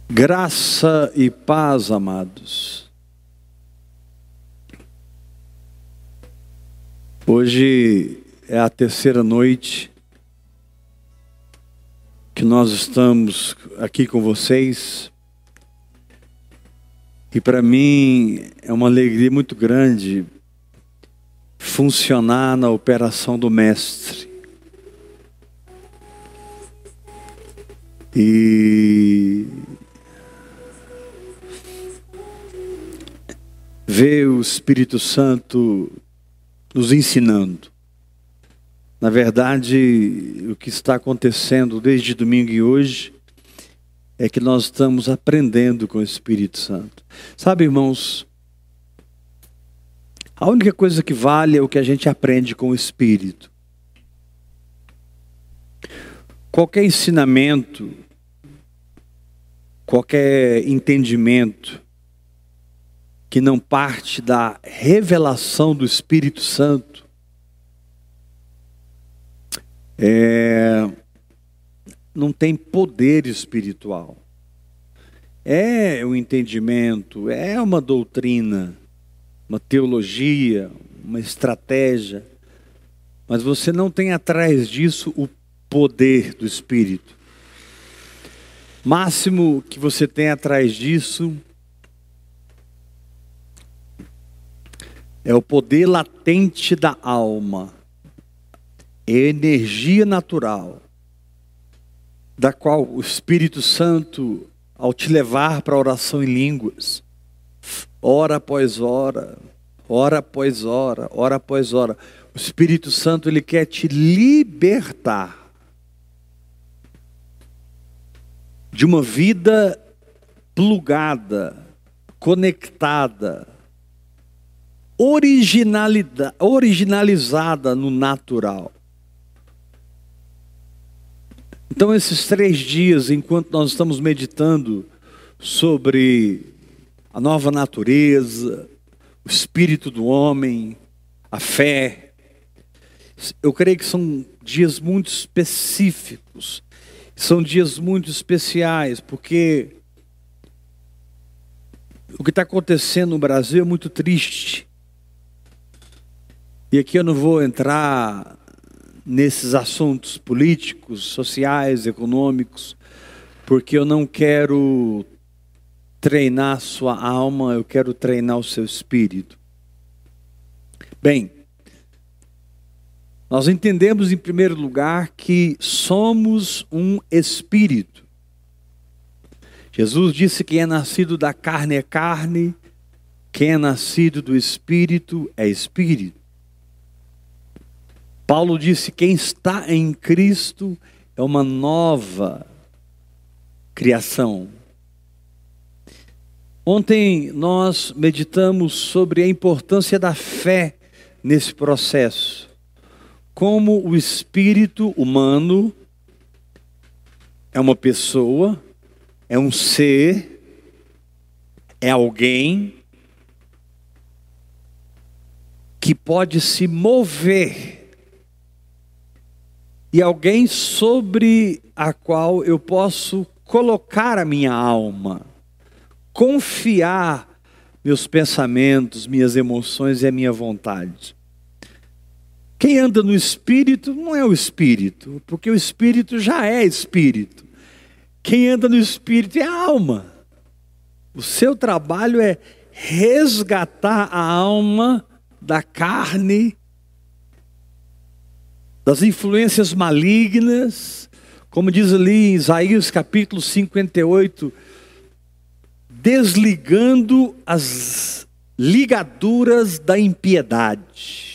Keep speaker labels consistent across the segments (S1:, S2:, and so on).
S1: Graça e paz, amados. Hoje é a terceira noite que nós estamos aqui com vocês. E para mim é uma alegria muito grande funcionar na operação do Mestre. E ver o Espírito Santo nos ensinando. Na verdade, o que está acontecendo desde domingo e hoje é que nós estamos aprendendo com o Espírito Santo. Sabe, irmãos, a única coisa que vale é o que a gente aprende com o Espírito. Qualquer ensinamento, qualquer entendimento que não parte da revelação do Espírito Santo, não tem poder espiritual. É um entendimento, é uma doutrina, uma teologia, uma estratégia, mas você não tem atrás disso o poder do Espírito. Máximo que você tem atrás disso é o poder latente da alma, energia natural, da qual o Espírito Santo, ao te levar para a oração em línguas, hora após hora, hora após hora, hora após hora, o Espírito Santo ele quer te libertar de uma vida plugada, conectada, originalizada no natural. Então esses 3 dias, enquanto nós estamos meditando sobre a nova natureza, o espírito do homem, a fé, eu creio que são dias muito específicos, são dias muito especiais, porque o que está acontecendo no Brasil é muito triste. E aqui eu não vou entrar nesses assuntos políticos, sociais, econômicos, porque eu não quero treinar sua alma, eu quero treinar o seu espírito. Bem, nós entendemos em primeiro lugar que somos um espírito. Jesus disse que quem é nascido da carne é carne, quem é nascido do espírito é espírito. Paulo disse que quem está em Cristo é uma nova criação. Ontem nós meditamos sobre a importância da fé nesse processo. Como o espírito humano é uma pessoa, é um ser, é alguém que pode se mover, e alguém sobre a qual eu posso colocar a minha alma, confiar meus pensamentos, minhas emoções e a minha vontade. Quem anda no espírito não é o espírito, porque o espírito já é espírito. Quem anda no espírito é a alma. O seu trabalho é resgatar a alma da carne, das influências malignas, como diz ali em Isaías capítulo 58, desligando as ligaduras da impiedade.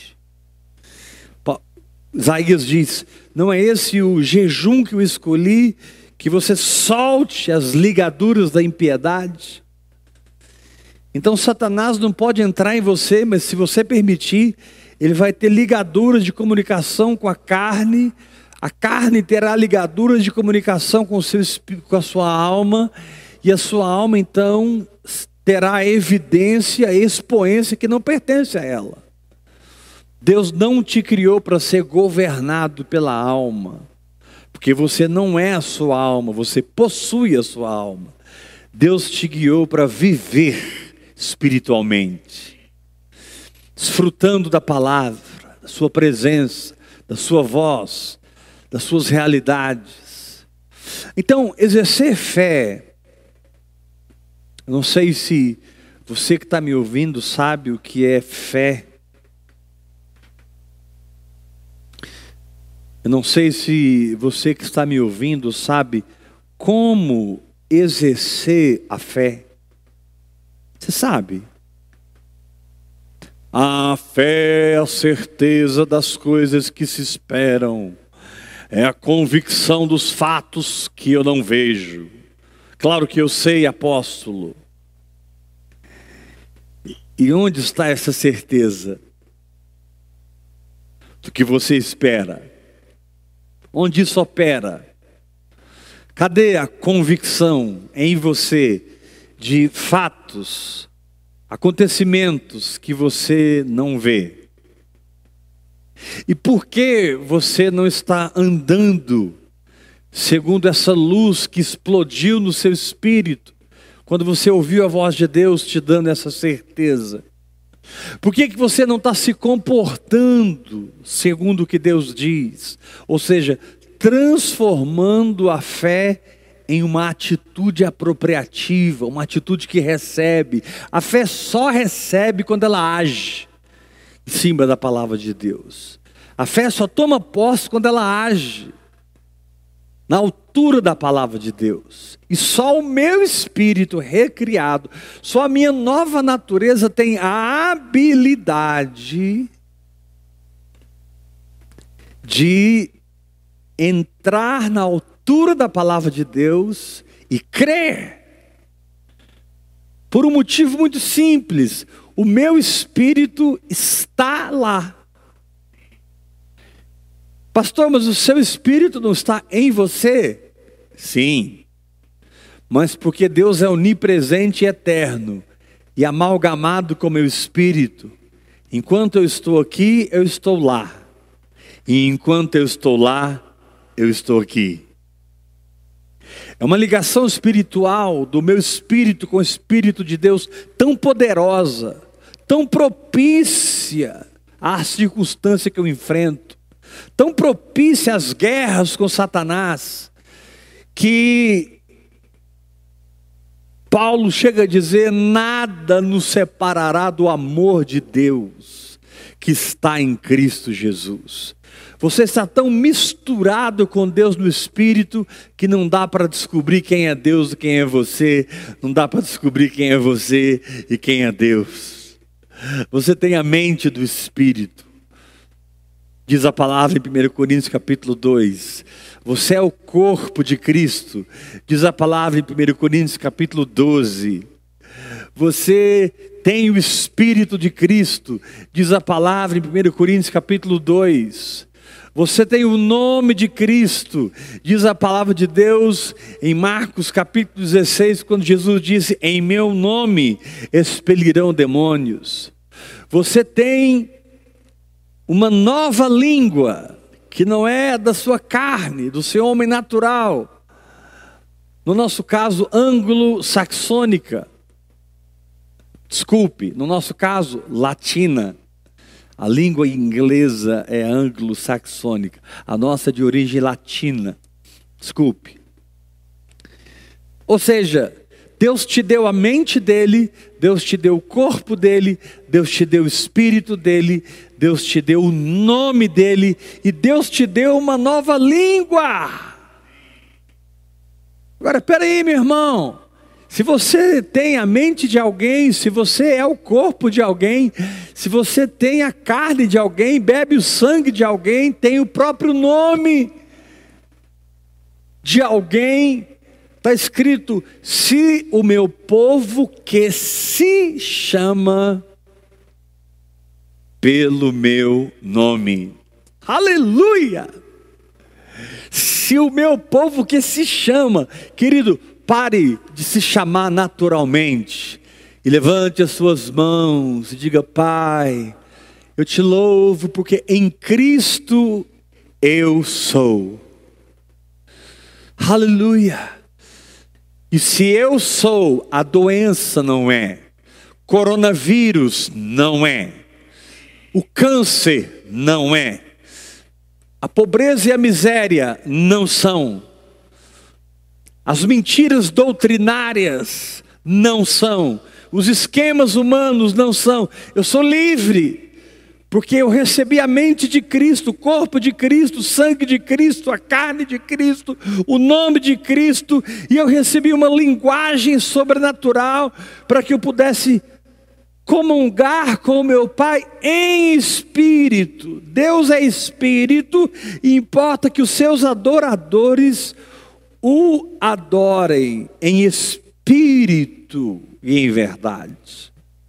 S1: Isaías diz, não é esse o jejum que eu escolhi, que você solte as ligaduras da impiedade? Então Satanás não pode entrar em você, mas se você permitir, ele vai ter ligaduras de comunicação com a carne terá ligaduras de comunicação com a sua alma, e a sua alma então terá evidência, expoência que não pertence a ela. Deus não te criou para ser governado pela alma, porque você não é a sua alma, você possui a sua alma. Deus te guiou para viver espiritualmente, desfrutando da palavra, da sua presença, da sua voz, das suas realidades. Então, exercer fé, eu não sei se você que está me ouvindo sabe o que é fé. Eu não sei se você que está me ouvindo sabe como exercer a fé. Você sabe? A fé é a certeza das coisas que se esperam. É a convicção dos fatos que eu não vejo. Claro que eu sei, apóstolo. E onde está essa certeza do que você espera? Onde isso opera? Cadê a convicção em você de fatos, acontecimentos que você não vê? E por que você não está andando segundo essa luz que explodiu no seu espírito, quando você ouviu a voz de Deus te dando essa certeza? Por que você não está se comportando segundo o que Deus diz? Ou seja, transformando a fé em uma atitude apropriativa, uma atitude que recebe. A fé só recebe quando ela age em cima da palavra de Deus. A fé só toma posse quando ela age na altura da palavra de Deus. E só o meu espírito recriado, só a minha nova natureza tem a habilidade de entrar na altura da palavra de Deus e crer. Por um motivo muito simples: o meu espírito está lá. Pastor, mas o seu espírito não está em você? Sim, mas porque Deus é onipresente e eterno e amalgamado com o meu espírito. Enquanto eu estou aqui, eu estou lá. E enquanto eu estou lá, eu estou aqui. É uma ligação espiritual do meu espírito com o Espírito de Deus tão poderosa, tão propícia à circunstância que eu enfrento, tão propícia às guerras com Satanás, que Paulo chega a dizer: nada nos separará do amor de Deus que está em Cristo Jesus. Você está tão misturado com Deus no Espírito que não dá para descobrir quem é Deus e quem é você. Não dá para descobrir quem é você e quem é Deus. Você tem a mente do Espírito. Diz a palavra em 1 Coríntios capítulo 2. Você é o corpo de Cristo. Diz a palavra em 1 Coríntios capítulo 12. Você tem o Espírito de Cristo. Diz a palavra em 1 Coríntios capítulo 2. Você tem o nome de Cristo. Diz a palavra de Deus em Marcos capítulo 16, quando Jesus disse: em meu nome expelirão demônios. Você tem uma nova língua, que não é da sua carne, do seu homem natural. No nosso caso, anglo-saxônica. Desculpe, no nosso caso, latina. A língua inglesa é anglo-saxônica. A nossa é de origem latina. Desculpe. Ou seja, Deus te deu a mente dele, Deus te deu o corpo dele, Deus te deu o espírito dele, Deus te deu o nome dele e Deus te deu uma nova língua. Agora, peraí, meu irmão. Se você tem a mente de alguém, se você é o corpo de alguém, se você tem a carne de alguém, bebe o sangue de alguém, tem o próprio nome de alguém, está escrito: se o meu povo que se chama pelo meu nome. Aleluia! Se o meu povo que se chama, querido, pare de se chamar naturalmente e levante as suas mãos e diga: Pai, eu te louvo porque em Cristo eu sou. Aleluia! E se eu sou, a doença não é. Coronavírus não é. O câncer não é. A pobreza e a miséria não são. As mentiras doutrinárias não são. Os esquemas humanos não são. Eu sou livre, porque eu recebi a mente de Cristo, o corpo de Cristo, o sangue de Cristo, a carne de Cristo, o nome de Cristo, e eu recebi uma linguagem sobrenatural para que eu pudesse comungar com o meu Pai em espírito. Deus é espírito e importa que os seus adoradores o adorem em espírito e em verdade.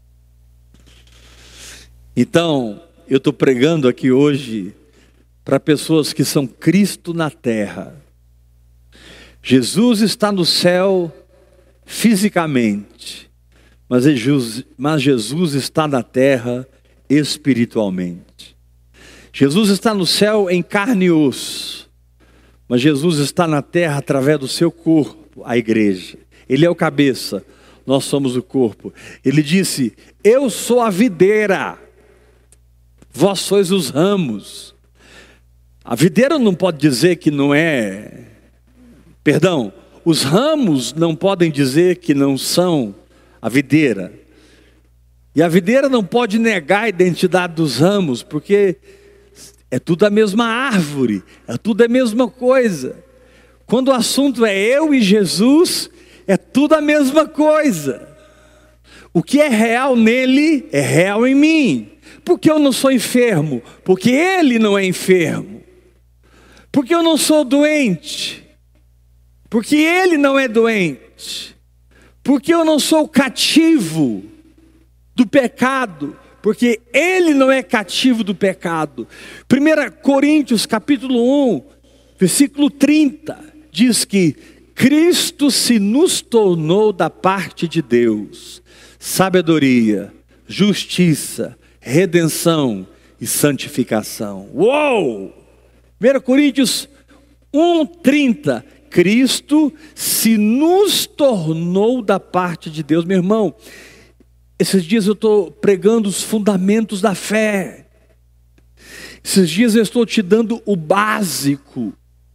S1: Então, eu estou pregando aqui hoje para pessoas que são Cristo na terra. Jesus está no céu fisicamente, mas Jesus está na terra espiritualmente. Jesus está no céu em carne e osso, mas Jesus está na terra através do seu corpo, a igreja. Ele é o cabeça, nós somos o corpo. Ele disse: eu sou a videira, vós sois os ramos. A videira não pode dizer que não é, perdão, os ramos não podem dizer que não são a videira. E a videira não pode negar a identidade dos ramos, porque é tudo a mesma árvore, é tudo a mesma coisa. Quando o assunto é eu e Jesus, é tudo a mesma coisa. O que é real nele é real em mim. Porque eu não sou enfermo? Porque ele não é enfermo. Porque eu não sou doente? Porque ele não é doente. Porque eu não sou cativo do pecado? Porque ele não é cativo do pecado. 1 Coríntios capítulo 1, versículo 30, diz que Cristo se nos tornou da parte de Deus sabedoria, justiça, redenção e santificação. Uou! 1 Coríntios 1:30, Cristo se nos tornou da parte de Deus. Meu irmão, esses dias eu estou pregando os fundamentos da fé. Esses dias eu estou te dando o básico,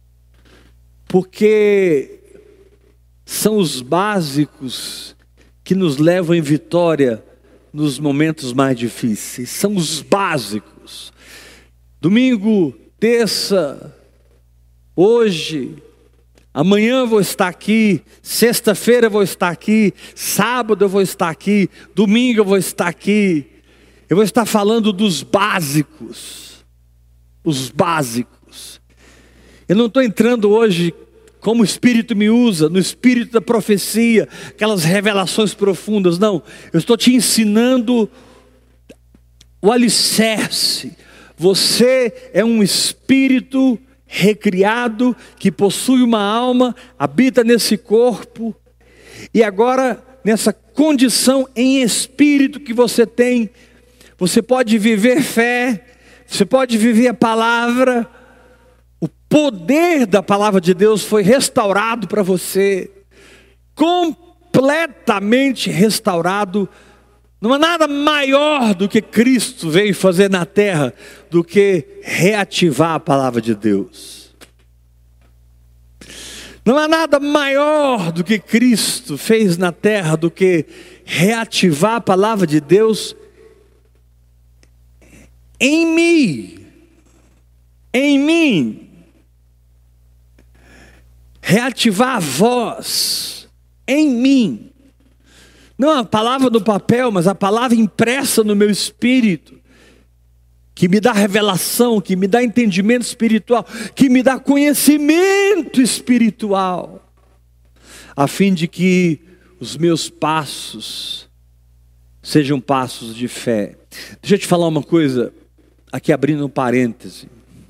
S1: porque são os básicos que nos levam em vitória nos momentos mais difíceis. São os básicos. Domingo, terça, hoje, amanhã eu vou estar aqui, sexta-feira eu vou estar aqui, sábado eu vou estar aqui, domingo eu vou estar aqui. Eu vou estar falando dos básicos. Os básicos. Eu não estou entrando hoje como o Espírito me usa, no espírito da profecia, aquelas revelações profundas, não. Eu estou te ensinando o alicerce. Você é um espírito recriado, que possui uma alma, habita nesse corpo, e agora, nessa condição em espírito que você tem, você pode viver fé, você pode viver a palavra. O poder da palavra de Deus foi restaurado para você, completamente restaurado. Não há nada maior do que Cristo veio fazer na terra, do que reativar a palavra de Deus. Não há nada maior do que Cristo fez na terra, do que reativar a palavra de Deus em mim. Em mim. Reativar a voz em mim. Não a palavra no papel, mas a palavra impressa no meu espírito, que me dá revelação, que me dá entendimento espiritual, que me dá conhecimento espiritual, a fim de que os meus passos sejam passos de fé. Deixa eu te falar uma coisa, aqui abrindo um parêntese.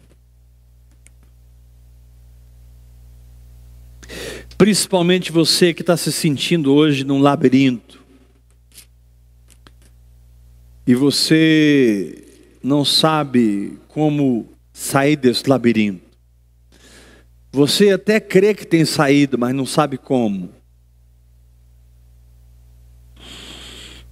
S1: Principalmente você que está se sentindo hoje num labirinto, e você não sabe como sair desse labirinto. Você até crê que tem saído, mas não sabe como.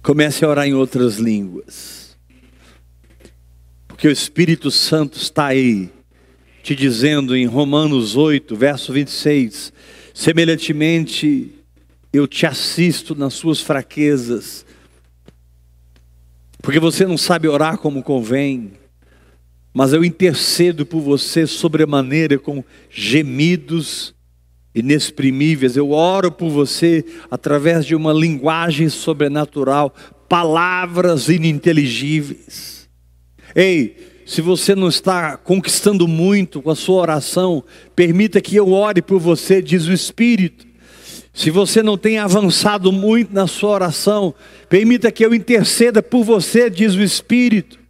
S1: Comece a orar em outras línguas. Porque o Espírito Santo está aí, te dizendo em Romanos 8, verso 26, semelhantemente eu te assisto nas suas fraquezas, porque você não sabe orar como convém, mas eu intercedo por você sobremaneira com gemidos inexprimíveis. Eu oro por você através de uma linguagem sobrenatural, palavras ininteligíveis. Ei, se você não está conquistando muito com a sua oração, permita que eu ore por você, diz o Espírito. Se você não tem avançado muito na sua oração, permita que eu interceda por você, diz o Espírito.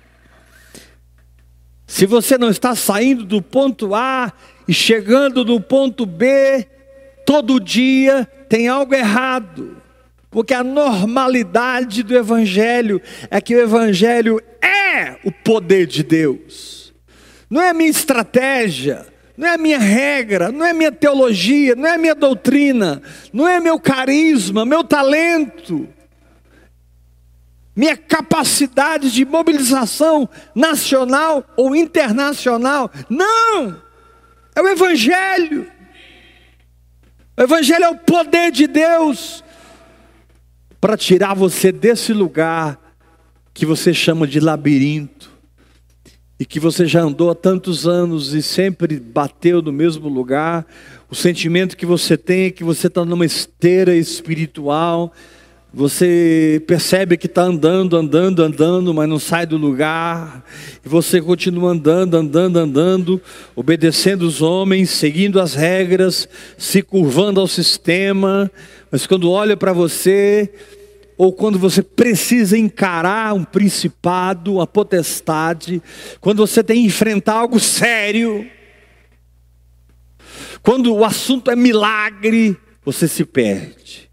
S1: Se você não está saindo do ponto A e chegando no ponto B, todo dia tem algo errado. Porque a normalidade do Evangelho é que o Evangelho é o poder de Deus. Não é a minha estratégia, não é a minha regra, não é a minha teologia, não é a minha doutrina, não é meu carisma, meu talento, minha capacidade de mobilização nacional ou internacional. Não! É o Evangelho. O Evangelho é o poder de Deus para tirar você desse lugar que você chama de labirinto, e que você já andou há tantos anos e sempre bateu no mesmo lugar. O sentimento que você tem é que você está numa esteira espiritual. Você percebe que está andando, mas não sai do lugar. E você continua andando, obedecendo os homens, seguindo as regras, se curvando ao sistema. Mas quando olha para você, ou quando você precisa encarar um principado, uma potestade, quando você tem que enfrentar algo sério, quando o assunto é milagre, você se perde.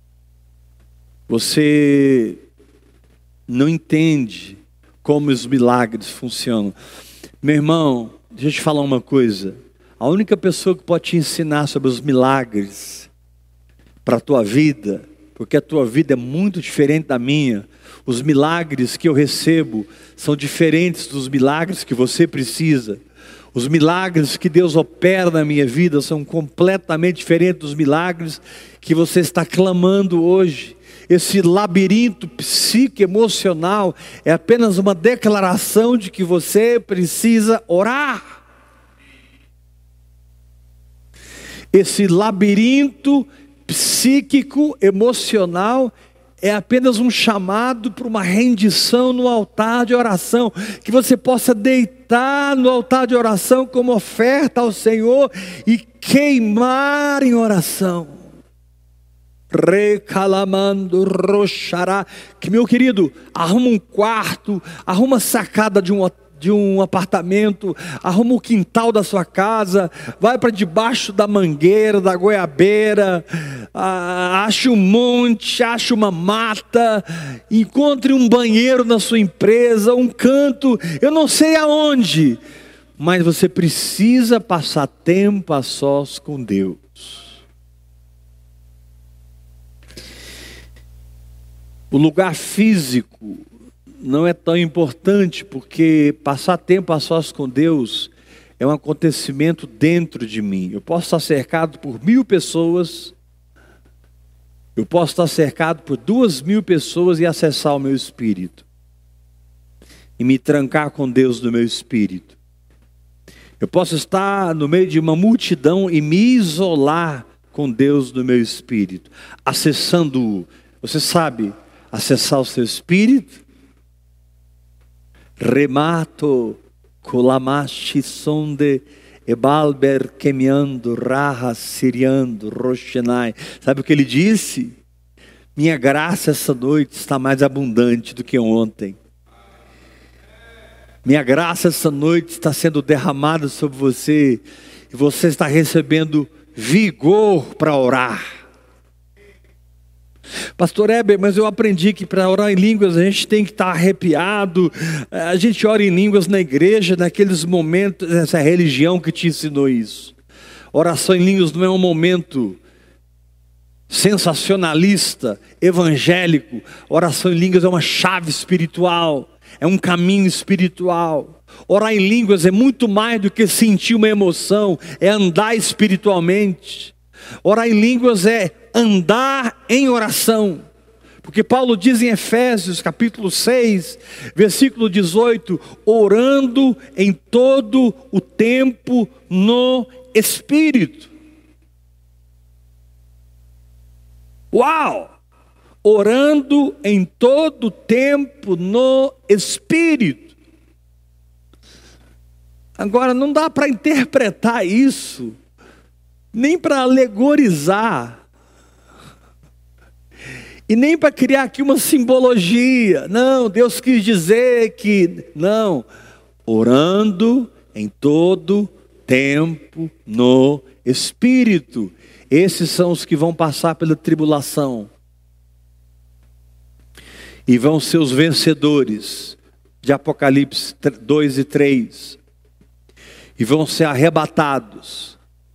S1: Você não entende como os milagres funcionam. Meu irmão, deixa eu te falar uma coisa. A única pessoa que pode te ensinar sobre os milagres para a tua vida, porque a tua vida é muito diferente da minha. Os milagres que eu recebo são diferentes dos milagres que você precisa. Os milagres que Deus opera na minha vida são completamente diferentes dos milagres que você está clamando hoje. Esse labirinto psico-emocional é apenas uma declaração de que você precisa orar. Esse labirinto psíquico, emocional, é apenas um chamado para uma rendição no altar de oração, que você possa deitar no altar de oração como oferta ao Senhor e queimar em oração. Recalamando, roxará. Que, meu querido, arruma um quarto, arruma a sacada de um apartamento, arruma o quintal da sua casa, vai para debaixo da mangueira, da goiabeira, ache um monte, ache uma mata, encontre um banheiro na sua empresa, um canto, eu não sei aonde, mas você precisa passar tempo a sós com Deus. O lugar físico não é tão importante, porque passar tempo a sós com Deus é um acontecimento dentro de mim. Eu posso estar cercado por 1000 pessoas, eu posso estar cercado por 2000 pessoas e acessar o meu espírito, e me trancar com Deus no meu espírito. Eu posso estar no meio de uma multidão e me isolar com Deus no meu espírito, acessando-o. Você sabe acessar o seu espírito? Remato colamashi sonde ebalber quemeando raha siriando roshenai. Sabe o que ele disse? Minha graça essa noite está mais abundante do que ontem. Minha graça essa noite está sendo derramada sobre você, e você está recebendo vigor para orar. Pastor Heber, mas eu aprendi que para orar em línguas a gente tem que estar arrepiado. A gente ora em línguas na igreja, naqueles momentos, essa religião que te ensinou isso. Oração em línguas não é um momento sensacionalista, evangélico. Oração em línguas é uma chave espiritual, é um caminho espiritual. Orar em línguas é muito mais do que sentir uma emoção, é andar espiritualmente. Orar em línguas é andar em oração. Porque Paulo diz em Efésios capítulo 6, versículo 18, orando em todo o tempo no Espírito. Uau! Orando em todo o tempo no Espírito. Agora, não dá para interpretar isso, nem para alegorizar, e nem para criar aqui uma simbologia. Não, Deus quis dizer que... Não, orando em todo tempo no Espírito. Esses são os que vão passar pela tribulação. E vão ser os vencedores, de Apocalipse 2 e 3. E vão ser arrebatados.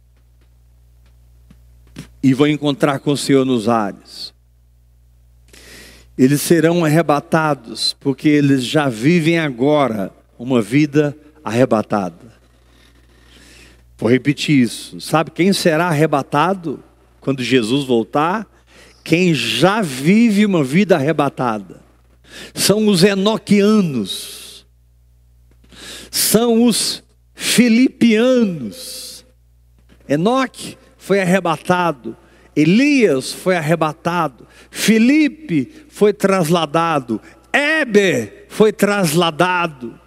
S1: E vão encontrar com o Senhor nos ares. Eles serão arrebatados, porque eles já vivem agora uma vida arrebatada. Vou repetir isso. Sabe quem será arrebatado quando Jesus voltar? Quem já vive uma vida arrebatada. São os enoquianos. São os filipianos. Enoque foi arrebatado. Elias foi arrebatado. Filipe foi trasladado. Éber foi trasladado.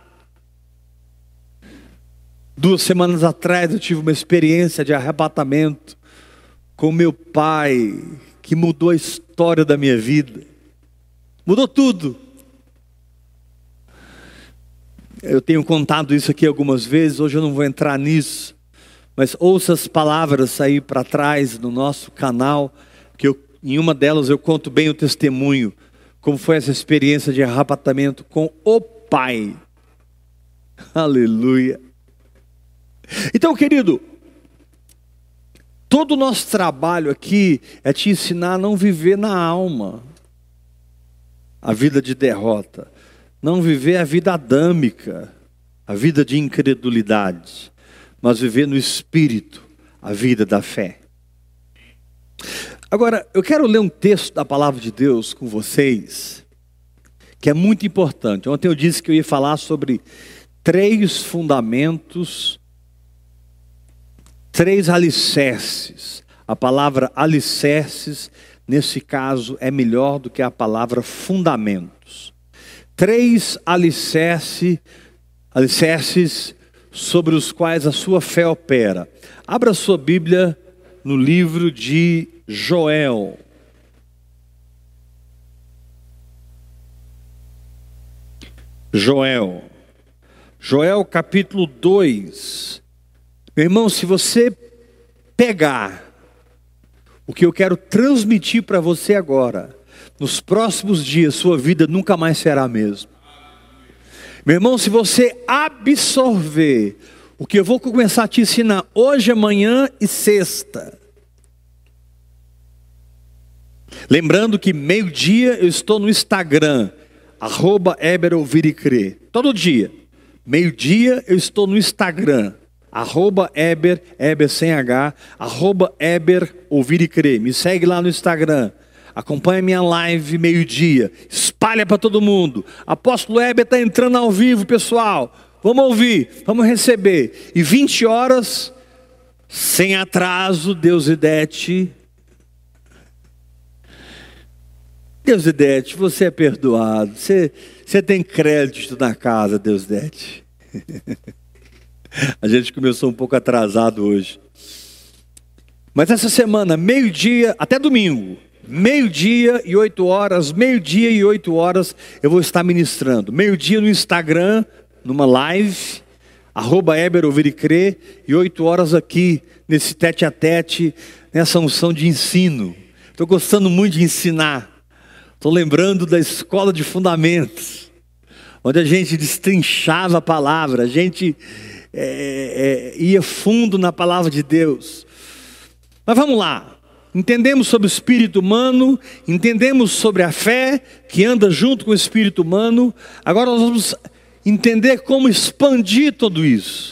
S1: 2 semanas atrás eu tive uma experiência de arrebatamento com meu pai, que mudou a história da minha vida. Mudou tudo. Eu tenho contado isso aqui algumas vezes, hoje eu não vou entrar nisso. Mas ouça as palavras aí para trás no nosso canal, que em uma delas eu conto bem o testemunho, como foi essa experiência de arrebatamento com o Pai. Aleluia. Então, querido, todo o nosso trabalho aqui é te ensinar a não viver na alma a vida de derrota, não viver a vida adâmica, a vida de incredulidade, mas viver no Espírito, a vida da fé. Agora, eu quero ler um texto da Palavra de Deus com vocês, que é muito importante. Ontem eu disse que eu ia falar sobre 3 fundamentos, 3 alicerces. A palavra alicerces, nesse caso, é melhor do que a palavra fundamentos. 3 alicerces sobre os quais a sua fé opera. Abra sua Bíblia no livro de Joel. Joel capítulo 2. Meu irmão, se você pegar o que eu quero transmitir para você agora, nos próximos dias, sua vida nunca mais será a mesma. Meu irmão, se você absorver o que eu vou começar a te ensinar hoje, amanhã e sexta. Lembrando que meio-dia eu estou no Instagram, @EberOuvirECrer. Todo dia, meio-dia eu estou no Instagram, @Eber sem H, @EberOuvirECrer. Me segue lá no Instagram. Acompanha minha live meio-dia. Espalha para todo mundo. Apóstolo Eber está entrando ao vivo, pessoal. Vamos ouvir, vamos receber. E 20 horas, sem atraso, Deusdete. Deusdete, você é perdoado. Você tem crédito na casa, Deusdete. A gente começou um pouco atrasado hoje. Mas essa semana, meio-dia, até domingo. Meio-dia e 8 horas, meio-dia e 8 horas, eu vou estar ministrando. Meio-dia no Instagram, numa live, @EberOuvirECrer, e 8 horas aqui, nesse tete-a-tete, nessa unção de ensino. Estou gostando muito de ensinar. Estou lembrando da escola de fundamentos, onde a gente destrinchava a palavra, a gente ia fundo na palavra de Deus. Mas vamos lá. Entendemos sobre o espírito humano, entendemos sobre a fé que anda junto com o espírito humano. Agora nós vamos entender como expandir tudo isso,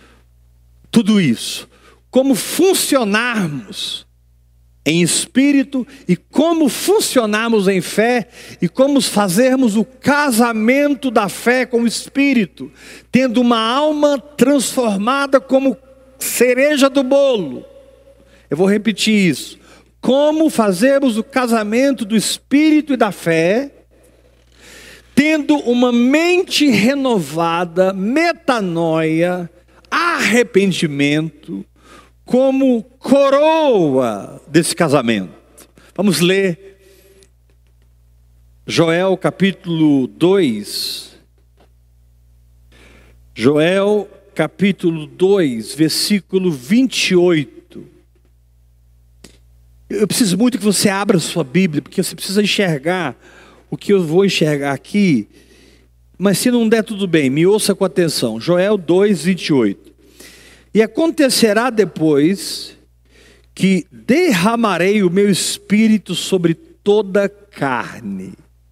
S1: como funcionarmos em espírito e como funcionarmos em fé e como fazermos o casamento da fé com o espírito, tendo uma alma transformada como cereja do bolo. Eu vou repetir isso. Como fazermos o casamento do espírito e da fé, tendo uma mente renovada, metanoia, arrependimento, como coroa desse casamento. Vamos ler Joel capítulo 2. Joel capítulo 2, versículo 28. Eu preciso muito que você abra sua Bíblia, porque você precisa enxergar o que eu vou enxergar aqui. Mas se não der, tudo bem, me ouça com atenção. Joel 2, 28. E acontecerá depois que derramarei o meu espírito sobre toda carne.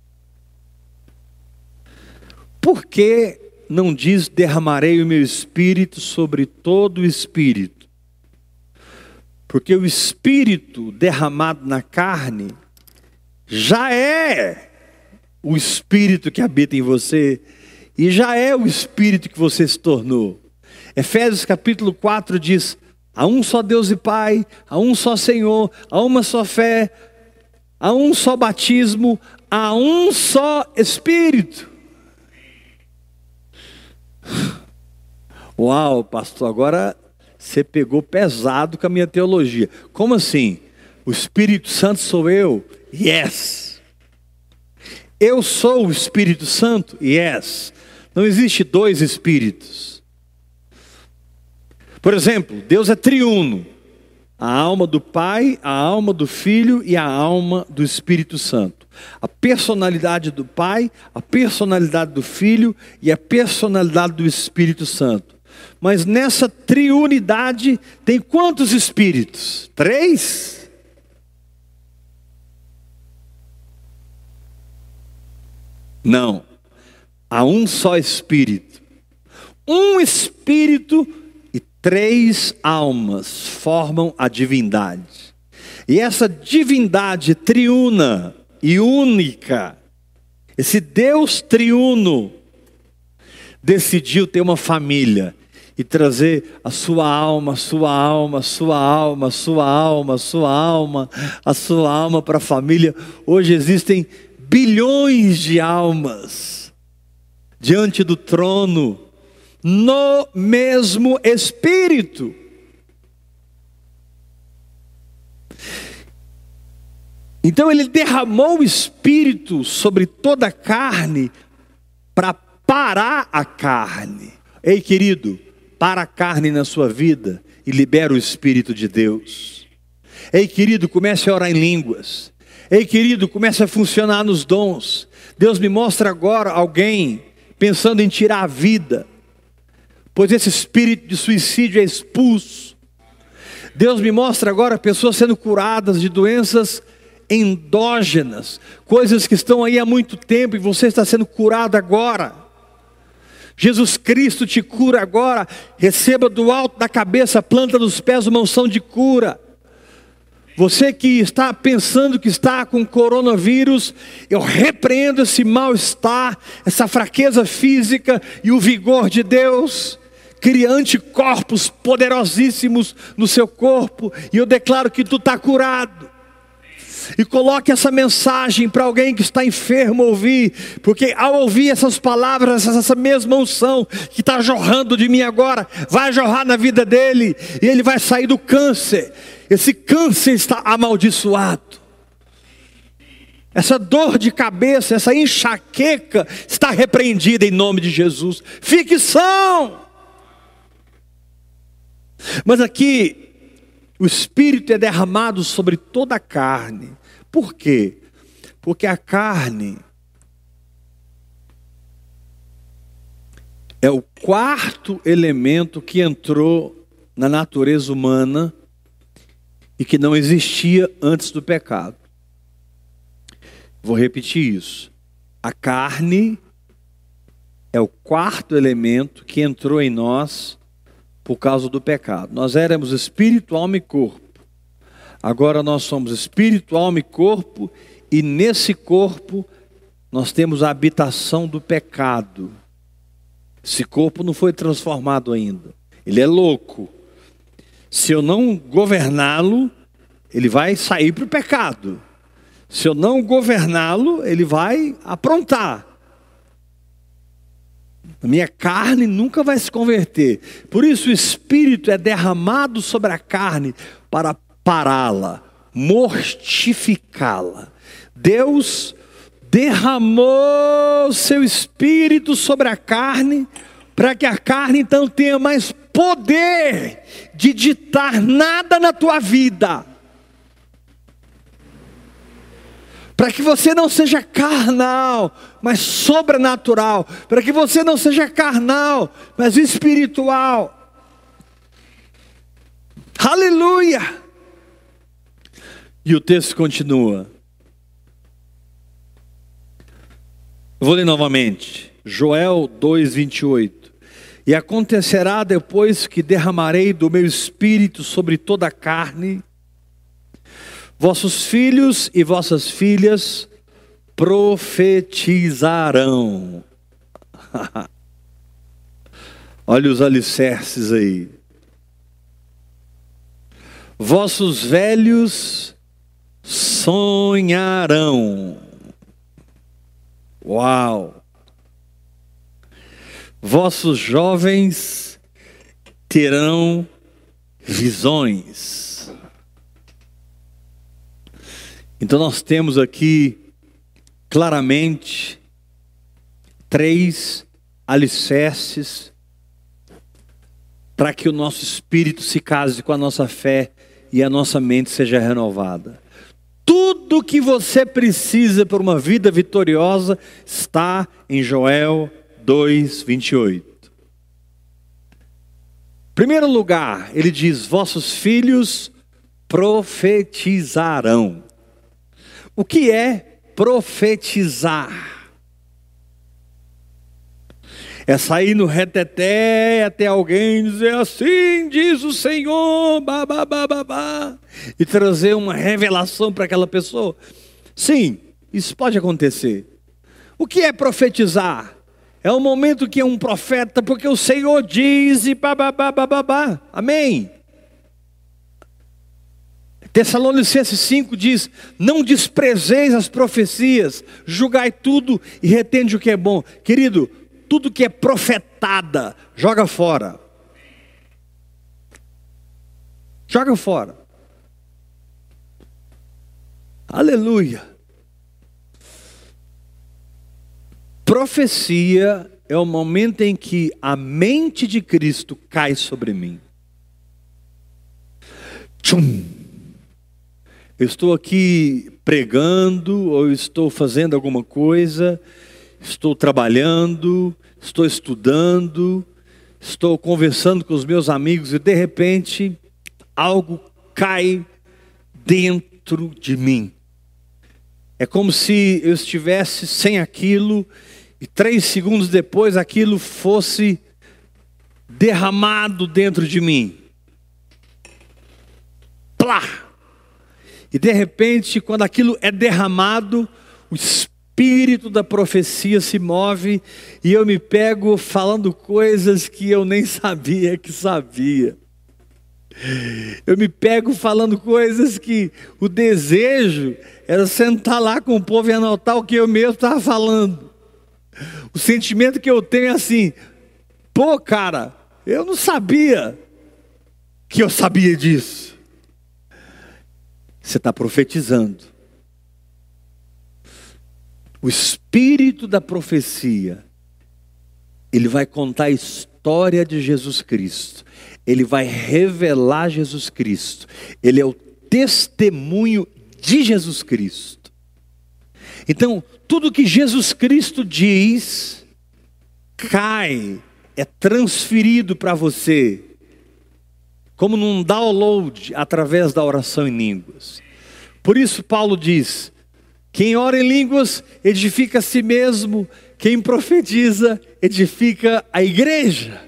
S1: Por que não diz derramarei o meu espírito sobre todo o espírito? Porque o espírito derramado na carne já é o espírito que habita em você e já é o espírito que você se tornou. Efésios capítulo 4 diz: há um só Deus e Pai, há um só Senhor, há uma só fé, há um só batismo, há um só Espírito. Uau, pastor, agora você pegou pesado com a minha teologia. Como assim? O Espírito Santo sou eu? Yes. Eu sou o Espírito Santo? Yes. Não existe dois Espíritos. Por exemplo, Deus é triuno. A alma do Pai, a alma do Filho e a alma do Espírito Santo. A personalidade do Pai, a personalidade do Filho e a personalidade do Espírito Santo. Mas nessa triunidade tem quantos espíritos? 3? Não. Há um só Espírito. Um Espírito e 3 almas formam a divindade. E essa divindade triuna e única, esse Deus triuno, decidiu ter uma família e trazer a sua alma, a sua alma, a sua alma, a sua alma, a sua alma, a sua alma para a família. Hoje existem bilhões de almas diante do trono, no mesmo Espírito. Então ele derramou o Espírito sobre toda a carne para parar a carne. Ei, querido, para a carne na sua vida e libera o Espírito de Deus. Ei, querido, comece a orar em línguas. Ei, querido, comece a funcionar nos dons. Deus me mostra agora alguém pensando em tirar a vida, pois esse espírito de suicídio é expulso. Deus me mostra agora pessoas sendo curadas de doenças endógenas, coisas que estão aí há muito tempo e você está sendo curado agora. Jesus Cristo te cura agora. Receba do alto da cabeça, planta dos pés uma unção de cura. Você que está pensando que está com coronavírus, eu repreendo esse mal-estar, essa fraqueza física, e o vigor de Deus cria anticorpos poderosíssimos no seu corpo, e eu declaro que tu está curado. E coloque essa mensagem para alguém que está enfermo ouvir, porque ao ouvir essas palavras, essa mesma unção que está jorrando de mim agora, vai jorrar na vida dele, e ele vai sair do câncer. Esse câncer está amaldiçoado. Essa dor de cabeça, essa enxaqueca está repreendida em nome de Jesus. Fique são. Mas aqui o Espírito é derramado sobre toda a carne. Por quê? Porque a carne é o quarto elemento que entrou na natureza humana e que não existia antes do pecado. Vou repetir isso. A carne é o quarto elemento que entrou em nós por causa do pecado. Nós éramos espírito, alma e corpo. Agora nós somos espírito, alma e corpo, e nesse corpo nós temos a habitação do pecado. Esse corpo não foi transformado ainda. Ele é louco. Se eu não governá-lo, ele vai sair para o pecado. Se eu não governá-lo, ele vai aprontar. A minha carne nunca vai se converter. Por isso o Espírito é derramado sobre a carne para pará-la, mortificá-la. Deus derramou seu Espírito sobre a carne, para que a carne então tenha mais poder de ditar nada na tua vida. Para que você não seja carnal, mas sobrenatural. Para que você não seja carnal, mas espiritual. Aleluia! E o texto continua. Vou ler novamente. Joel 2:28. E acontecerá depois que derramarei do meu espírito sobre toda a carne, vossos filhos e vossas filhas profetizarão. Olha os alicerces aí. Vossos velhos sonharão. Uau! Vossos jovens terão visões. Então nós temos aqui claramente 3 alicerces para que o nosso espírito se case com a nossa fé e a nossa mente seja renovada. Tudo que você precisa para uma vida vitoriosa está em Joel 2:28. Primeiro lugar, ele diz: vossos filhos profetizarão. O que é profetizar? É sair no reteté até alguém dizer assim diz o Senhor, e trazer uma revelação para aquela pessoa? Sim, isso pode acontecer. O que é profetizar? É o momento que é um profeta, porque o Senhor diz e amém. Tessalonicenses 5 diz: não desprezeis as profecias, julgai tudo e retende o que é bom. Querido, tudo que é profetada, joga fora. Joga fora. Aleluia. Profecia é o momento em que a mente de Cristo cai sobre mim. Tchum. Eu estou aqui pregando, ou estou fazendo alguma coisa, estou trabalhando, estou estudando, estou conversando com os meus amigos e de repente algo cai dentro de mim. É como se eu estivesse sem aquilo e 3 segundos depois aquilo fosse derramado dentro de mim. Plá! E de repente, quando aquilo é derramado, o espírito da profecia se move e eu me pego falando coisas que eu nem sabia que sabia. Eu me pego falando coisas que o desejo era sentar lá com o povo e anotar o que eu mesmo estava falando. O sentimento que eu tenho é assim: pô, cara, eu não sabia que eu sabia disso. Você está profetizando. O espírito da profecia, ele vai contar a história de Jesus Cristo. Ele vai revelar Jesus Cristo. Ele é o testemunho de Jesus Cristo. Então, tudo que Jesus Cristo diz, cai, é transferido para você. como num download através da oração em línguas. Por isso Paulo diz: quem ora em línguas edifica a si mesmo, quem profetiza edifica a igreja.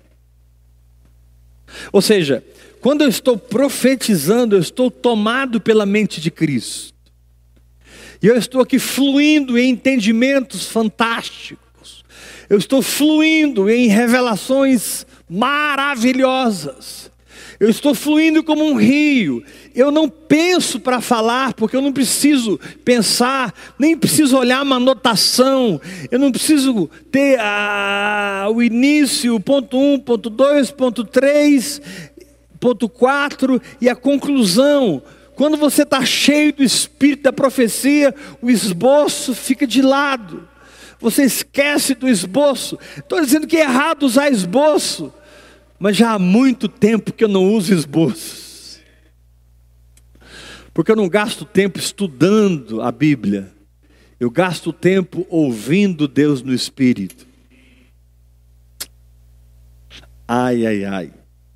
S1: Ou seja, quando eu estou profetizando, eu estou tomado pela mente de Cristo. E eu estou aqui fluindo em entendimentos fantásticos. Eu estou fluindo em revelações maravilhosas. Eu estou fluindo como um rio. Eu não penso para falar, porque eu não preciso pensar, nem preciso olhar uma anotação. Eu não preciso ter o início, ponto 1, ponto 2, ponto 3, ponto 4 e a conclusão. Quando você está cheio do espírito da profecia, o esboço fica de lado. Você esquece do esboço. Estou dizendo que é errado usar esboço, mas já há muito tempo que eu não uso esboços. Porque eu não gasto tempo estudando a Bíblia. Eu gasto tempo ouvindo Deus no Espírito. Ai, ai, ai.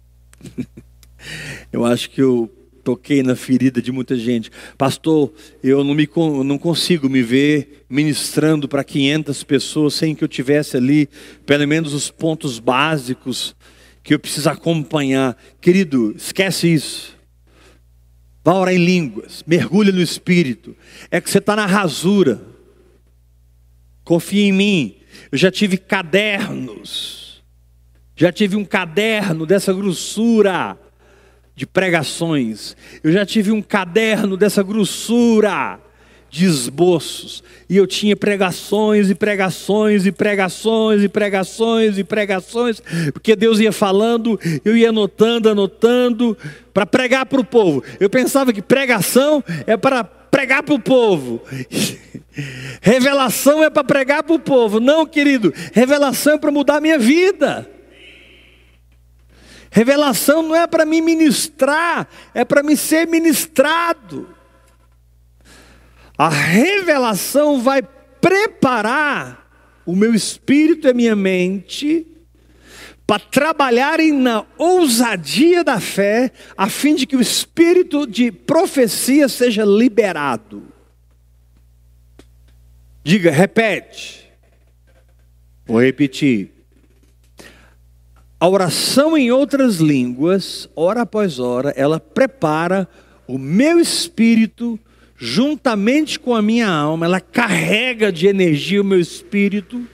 S1: Eu acho que eu toquei na ferida de muita gente. Pastor, eu não consigo me ver ministrando para 500 pessoas sem que eu tivesse ali pelo menos os pontos básicos que eu preciso acompanhar. Querido, esquece isso. Vá orar em línguas, mergulha no Espírito. É que você está na rasura. Confia em mim. Eu já tive cadernos. Já tive um caderno dessa grossura de pregações. Eu já tive um caderno dessa grossura de esboços. E eu tinha pregações e pregações e pregações e pregações e pregações, porque Deus ia falando, eu ia anotando, para pregar para o povo. Eu pensava que pregação é para pregar para o povo. Revelação é para pregar para o povo. Não, querido, revelação é para mudar a minha vida. Revelação não é para me ministrar, é para me ser ministrado. A revelação vai preparar o meu espírito e a minha mente para trabalharem na ousadia da fé, a fim de que o espírito de profecia seja liberado. Diga, repete. Vou repetir. A oração em outras línguas, hora após hora, ela prepara o meu espírito juntamente com a minha alma. Ela carrega de energia o meu espírito,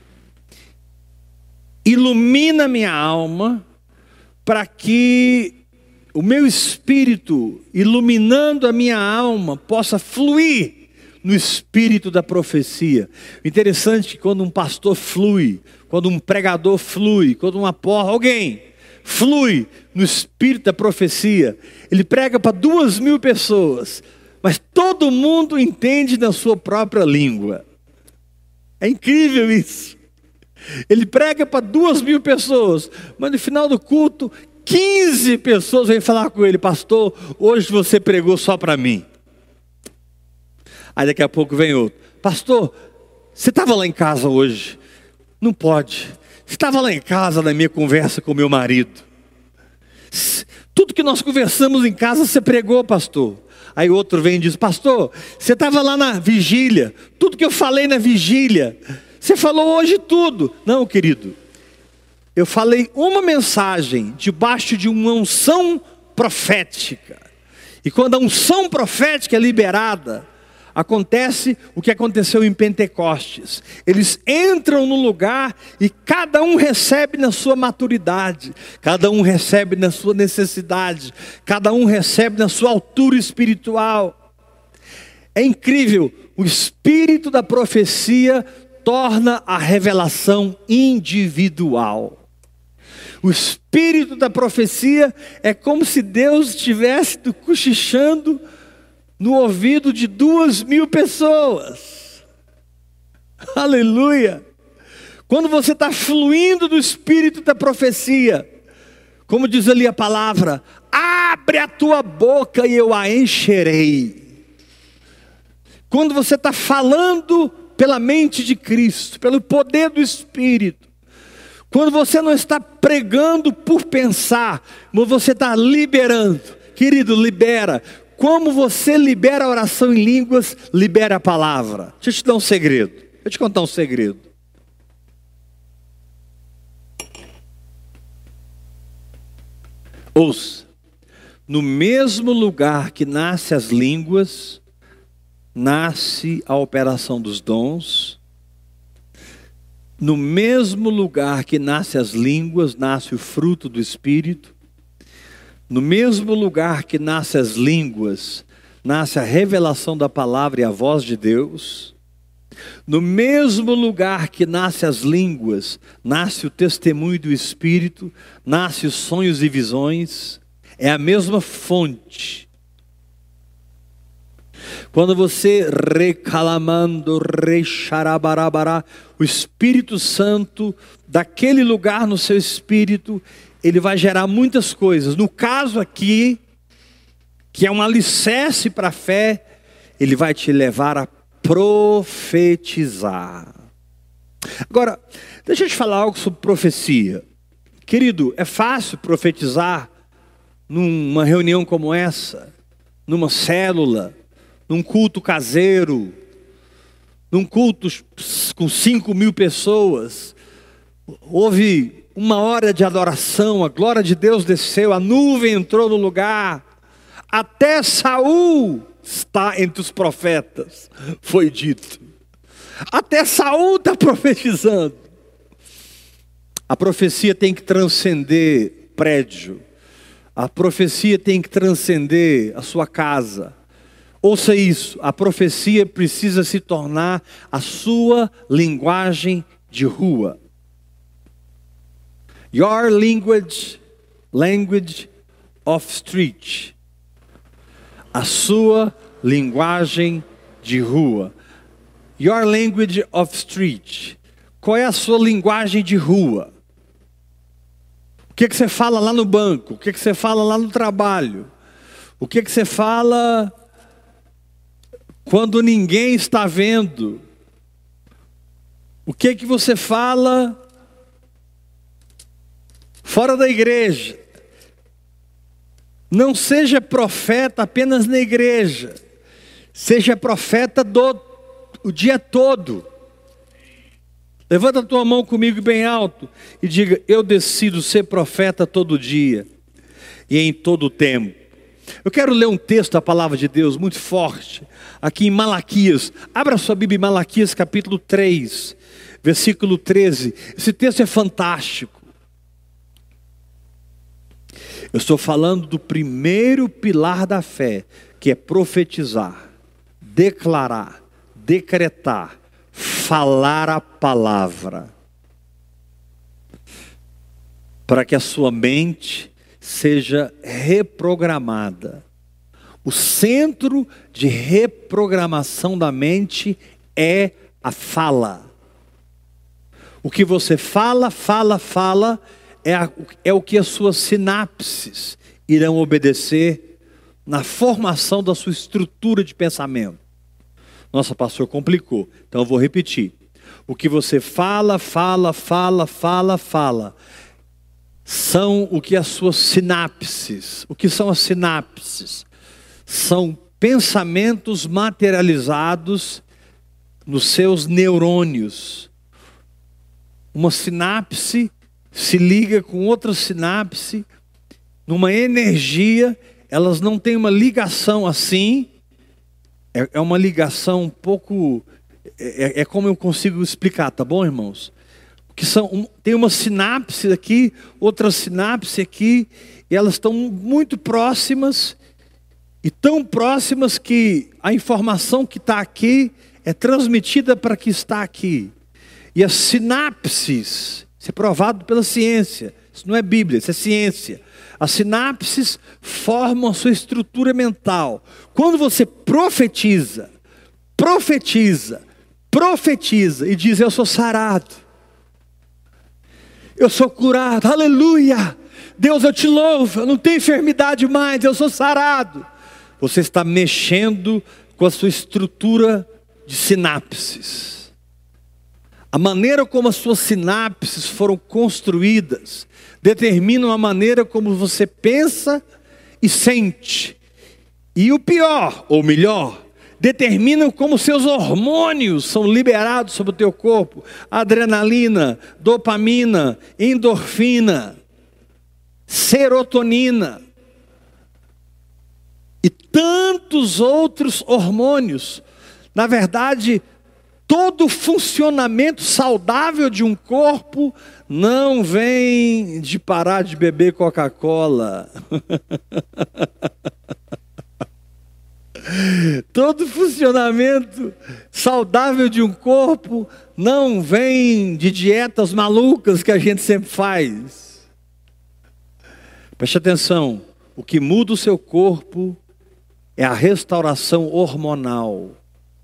S1: ilumina a minha alma, para que o meu espírito, iluminando a minha alma, possa fluir no espírito da profecia. O interessante é que quando um pastor flui, quando um pregador flui, quando alguém flui no espírito da profecia, ele prega para 2.000 pessoas, mas todo mundo entende na sua própria língua. É incrível isso. Ele prega para 2.000 pessoas, mas no final do culto, 15 pessoas vêm falar com ele: pastor, hoje você pregou só para mim. Aí daqui a pouco vem outro: pastor, você estava lá em casa hoje? Não pode. Você estava lá em casa na minha conversa com meu marido. Tudo que nós conversamos em casa você pregou, pastor. Aí outro vem e diz: pastor, você estava lá na vigília. Tudo que eu falei na vigília, você falou hoje tudo. Não, querido, eu falei uma mensagem debaixo de uma unção profética. E quando a unção profética é liberada, acontece o que aconteceu em Pentecostes. Eles entram no lugar e cada um recebe na sua maturidade, cada um recebe na sua necessidade, cada um recebe na sua altura espiritual. É incrível, o espírito da profecia torna a revelação individual. O espírito da profecia é como se Deus estivesse cochichando no ouvido de 2.000 pessoas. Aleluia! Quando você está fluindo do espírito da profecia, como diz ali a palavra, abre a tua boca e eu a encherei. Quando você está falando pela mente de Cristo, pelo poder do Espírito, Quando você não está pregando por pensar, mas você está liberando. Querido, libera. Como você libera a oração em línguas, libera a palavra. Deixa eu te dar um segredo. Deixa eu te contar um segredo. Ouça. No mesmo lugar que nascem as línguas, nasce a operação dos dons. No mesmo lugar que nascem as línguas, nasce o fruto do Espírito. No mesmo lugar que nascem as línguas, nasce a revelação da palavra e a voz de Deus. No mesmo lugar que nascem as línguas, nasce o testemunho do Espírito, nasce os sonhos e visões. É a mesma fonte. Quando você recalamando, recharabarabara, o Espírito Santo, daquele lugar no seu espírito, ele vai gerar muitas coisas. No caso aqui, que é um alicerce para a fé, ele vai te levar a profetizar. Agora, deixa eu te falar algo sobre profecia. Querido, é fácil profetizar numa reunião como essa, numa célula, num culto caseiro, num culto com 5.000 pessoas. Houve 1 hora de adoração, a glória de Deus desceu, a nuvem entrou no lugar. Até Saul está entre os profetas, foi dito. Até Saul está profetizando. A profecia tem que transcender prédio. A profecia tem que transcender a sua casa. Ouça isso, a profecia precisa se tornar a sua linguagem de rua. Your language of street. A sua linguagem de rua. Your language of street. Qual é a sua linguagem de rua? O que você fala lá no banco? O que você fala lá no trabalho? O que você fala quando ninguém está vendo? O que você fala fora da igreja? Não seja profeta apenas na igreja. Seja profeta o dia todo. Levanta a tua mão comigo bem alto e diga: eu decido ser profeta todo dia e em todo o tempo. Eu quero ler um texto da palavra de Deus muito forte, aqui em Malaquias. Abra sua Bíblia em Malaquias capítulo 3, versículo 13. Esse texto é fantástico. Eu estou falando do primeiro pilar da fé, que é profetizar, declarar, decretar, falar a palavra, para que a sua mente seja reprogramada. O centro de reprogramação da mente é a fala. O que você fala, é o que as suas sinapses irão obedecer na formação da sua estrutura de pensamento. Nossa, pastor, complicou. Então eu vou repetir. O que você fala, são o que as suas sinapses. O que são as sinapses? São pensamentos materializados nos seus neurônios. Uma sinapse se liga com outra sinapse, numa energia. Elas não têm uma ligação assim. É uma ligação um pouco... É como eu consigo explicar, tá bom, irmãos? Que tem uma sinapse aqui, outra sinapse aqui, e elas estão muito próximas, e tão próximas que a informação que está aqui é transmitida para que está aqui. E as sinapses, isso é provado pela ciência, isso não é Bíblia, isso é ciência. As sinapses formam a sua estrutura mental. Quando você profetiza e diz: eu sou sarado, eu sou curado, aleluia, Deus, eu te louvo, eu não tenho enfermidade mais, eu sou sarado. Você está mexendo com a sua estrutura de sinapses. A maneira como as suas sinapses foram construídas determinam a maneira como você pensa e sente. E o pior, ou melhor, determinam como seus hormônios são liberados sobre o teu corpo. Adrenalina, dopamina, endorfina, serotonina e tantos outros hormônios. Na verdade, todo funcionamento saudável de um corpo não vem de parar de beber Coca-Cola. Todo funcionamento saudável de um corpo não vem de dietas malucas que a gente sempre faz. Preste atenção, o que muda o seu corpo é a restauração hormonal.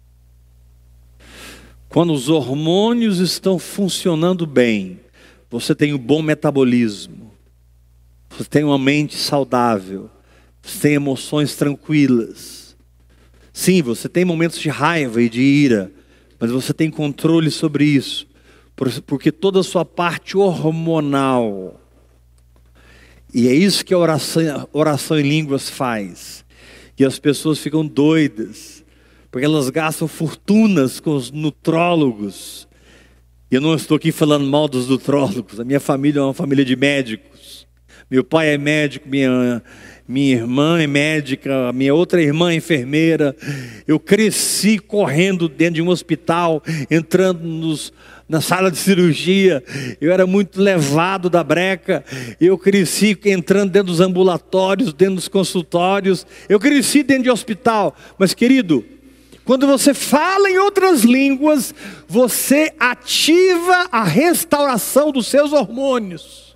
S1: Quando os hormônios estão funcionando bem, você tem um bom metabolismo, você tem uma mente saudável, você tem emoções tranquilas. Sim, você tem momentos de raiva e de ira, mas você tem controle sobre isso, porque toda a sua parte hormonal, e é isso que a oração em línguas faz, e as pessoas ficam doidas, porque elas gastam fortunas com os nutrólogos. E eu não estou aqui falando mal dos nutrólogos. A minha família é uma família de médicos. Meu pai é médico, minha irmã é médica, a minha outra irmã é enfermeira. Eu cresci correndo dentro de um hospital, entrando na sala de cirurgia. Eu era muito levado da breca. Eu cresci entrando dentro dos ambulatórios, dentro dos consultórios. Eu cresci dentro de hospital. Mas, querido, quando você fala em outras línguas, você ativa a restauração dos seus hormônios.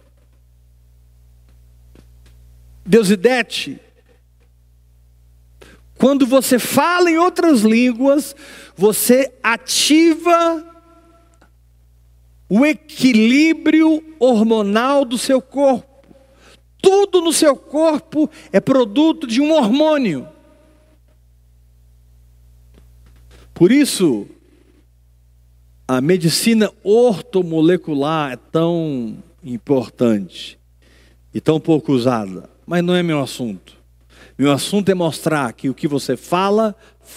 S1: Deusidete, quando você fala em outras línguas, você ativa o equilíbrio hormonal do seu corpo. Tudo no seu corpo é produto de um hormônio. Por isso, a medicina ortomolecular é tão importante e tão pouco usada. Mas não é meu assunto. Meu assunto é mostrar que o que você fala,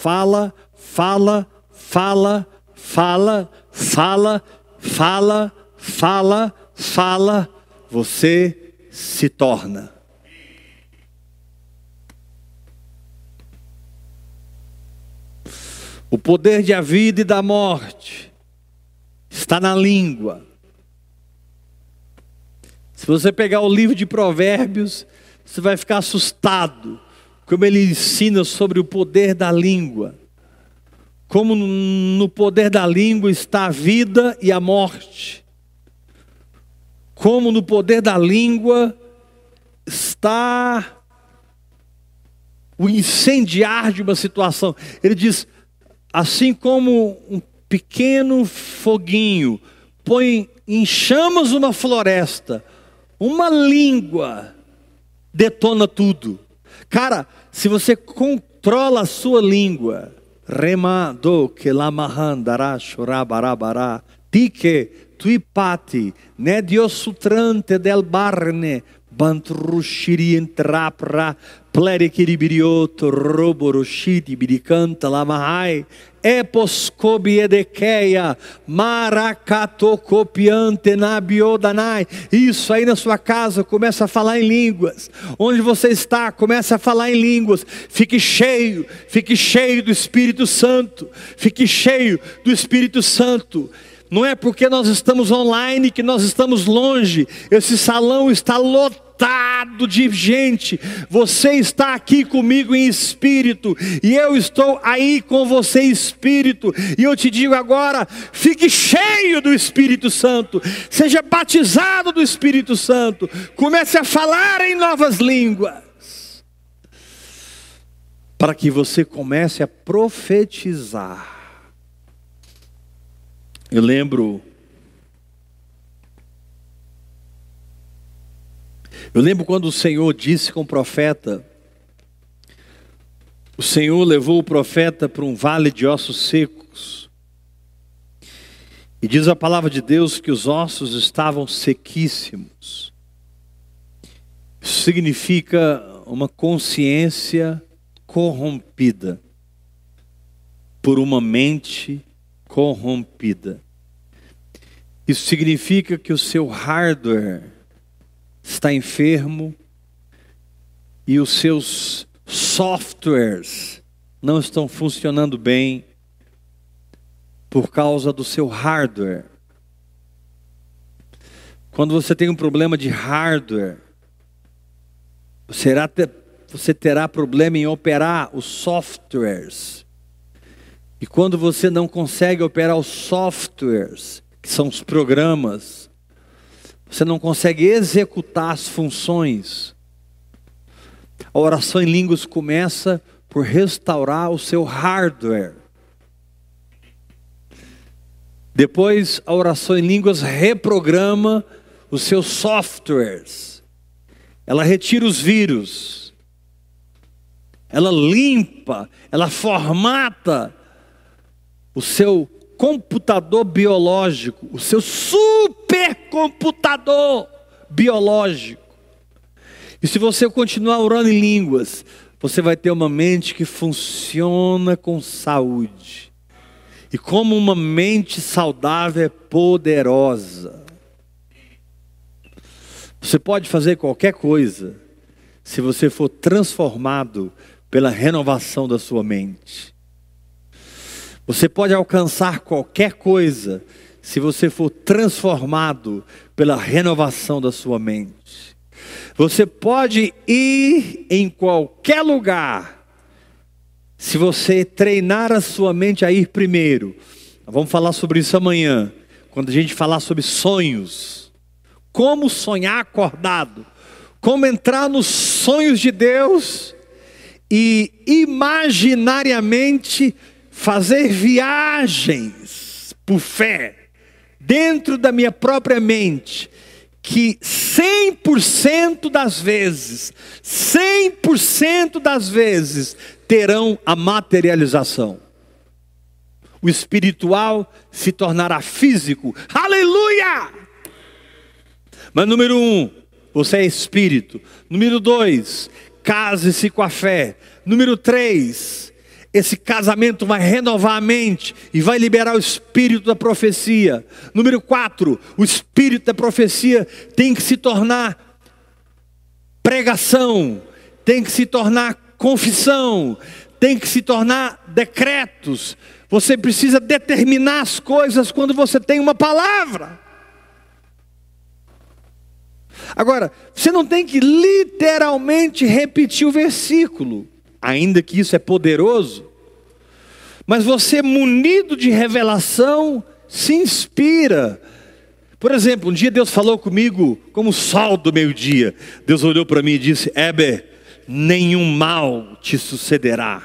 S1: você se torna. O poder da vida e da morte está na língua. Se você pegar o livro de Provérbios, você vai ficar assustado, como ele ensina sobre o poder da língua. Como no poder da língua está a vida e a morte. Como no poder da língua está o incendiar de uma situação. Ele diz, assim como um pequeno foguinho põe em chamas uma floresta, uma língua detona tudo. Cara, se você controla a sua língua, remado que lamahandara chorabarabará, tique tuipati, ne diosutrante del barne, bantrushiri entrapra, plerikiribirioto, roboroshiti biricanta lamahai, eposcobi edekeia, maracatocopiante nabiodanai. Isso aí na sua casa, começa a falar em línguas. Onde você está, começa a falar em línguas. Fique cheio do Espírito Santo. Fique cheio do Espírito Santo. Não é porque nós estamos online que nós estamos longe. Esse salão está lotado de gente. Você está aqui comigo em espírito, e eu estou aí com você em espírito. E eu te digo agora, fique cheio do Espírito Santo. Seja batizado do Espírito Santo. Comece a falar em novas línguas, para que você comece a profetizar. Eu lembro quando o Senhor disse com o profeta, o Senhor levou o profeta para um vale de ossos secos, E diz a palavra de Deus que os ossos estavam sequíssimos. Isso significa uma consciência corrompida por uma mente corrompida. Isso significa que o seu hardware está enfermo e os seus softwares não estão funcionando bem por causa do seu hardware. Quando você tem um problema de hardware, você terá problema em operar os softwares. E quando você não consegue operar os softwares, que são os programas, você não consegue executar as funções. A oração em línguas começa por restaurar o seu hardware. Depois, a oração em línguas reprograma os seus softwares. Ela retira os vírus. Ela limpa, ela formata o seu computador biológico, o seu supercomputador biológico. E se você continuar orando em línguas, você vai ter uma mente que funciona com saúde. E como uma mente saudável é poderosa. Você pode fazer qualquer coisa se você for transformado pela renovação da sua mente. Você pode alcançar qualquer coisa se você for transformado pela renovação da sua mente. Você pode ir em qualquer lugar se você treinar a sua mente a ir primeiro. Vamos falar sobre isso amanhã, quando a gente falar sobre sonhos. Como sonhar acordado. Como entrar nos sonhos de Deus e imaginariamente fazer viagens por fé dentro da minha própria mente, que 100% das vezes terão a materialização. O espiritual se tornará físico. Aleluia! Mas número 1, você é espírito. Número 2, case-se com a fé. Número 3, esse casamento vai renovar a mente e vai liberar o espírito da profecia. Número 4, o espírito da profecia tem que se tornar pregação, tem que se tornar confissão, tem que se tornar decretos. Você precisa determinar as coisas quando você tem uma palavra. Agora, você não tem que literalmente repetir o versículo, ainda que isso é poderoso, mas você, munido de revelação, se inspira. Por exemplo, um dia Deus falou comigo como o sol do meio-dia. Deus olhou para mim e disse: Heber, nenhum mal te sucederá.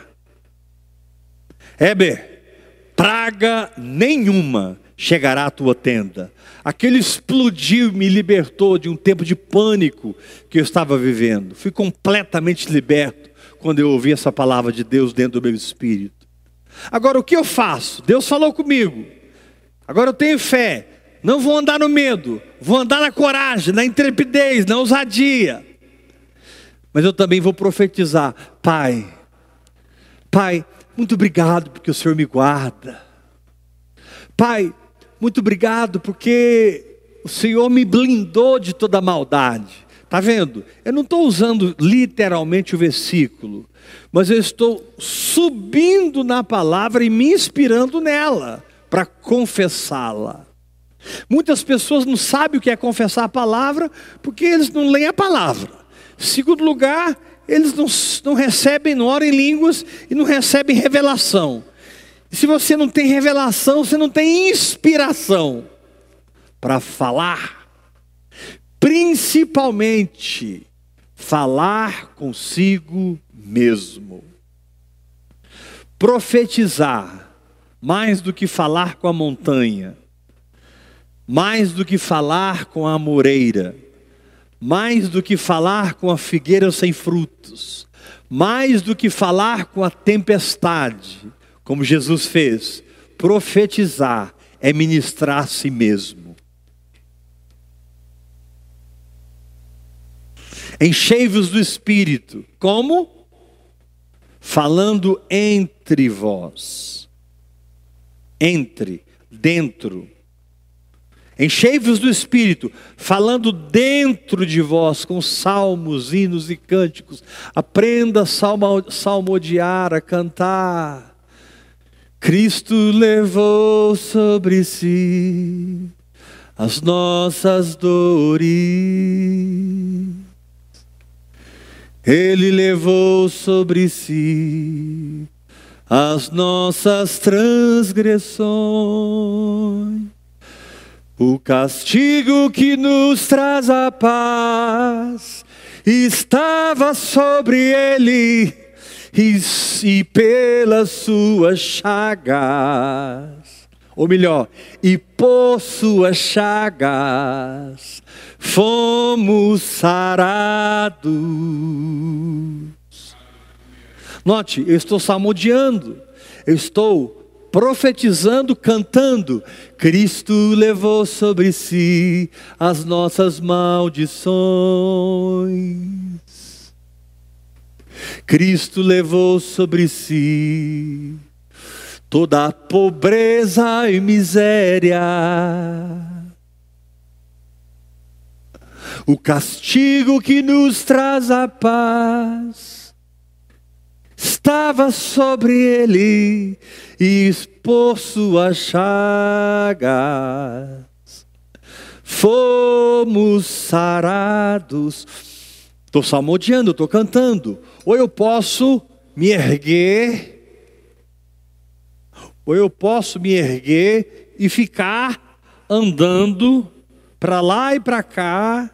S1: Heber, praga nenhuma chegará à tua tenda. Aquilo explodiu e me libertou de um tempo de pânico que eu estava vivendo. Fui completamente liberto quando eu ouvi essa palavra de Deus dentro do meu espírito. Agora, o que eu faço? Deus falou comigo. Agora eu tenho fé. Não vou andar no medo. Vou andar na coragem, na intrepidez, na ousadia. Mas eu também vou profetizar. Pai, muito obrigado porque o Senhor me guarda. Pai, muito obrigado porque o Senhor me blindou de toda maldade. Está vendo? Eu não estou usando literalmente o versículo, mas eu estou subindo na palavra e me inspirando nela para confessá-la. Muitas pessoas não sabem o que é confessar a palavra porque eles não leem a palavra. Em segundo lugar, eles não recebem, não oram em línguas e não recebem revelação. E se você não tem revelação, você não tem inspiração para falar. Principalmente, falar consigo mesmo. Profetizar, mais do que falar com a montanha, mais do que falar com a amoreira, mais do que falar com a figueira sem frutos, mais do que falar com a tempestade, como Jesus fez. Profetizar é ministrar a si mesmo. Enchei-vos do Espírito. Como? Falando entre vós. Entre, dentro. Enchei-vos do Espírito, falando dentro de vós, com salmos, hinos e cânticos. Aprenda a salmodiar, a cantar. Cristo levou sobre si as nossas dores. Ele levou sobre si as nossas transgressões. O castigo que nos traz a paz estava sobre ele, e pelas suas chagas, ou melhor, e por suas chagas, fomos sarados. Note, eu estou salmodiando, eu estou profetizando, cantando. Cristo levou sobre si as nossas maldições. Cristo levou sobre si toda a pobreza e miséria. O castigo que nos traz a paz estava sobre ele, e por suas chagas fomos sarados. Estou salmodiando, estou cantando. Ou eu posso me erguer, e ficar andando para lá e para cá,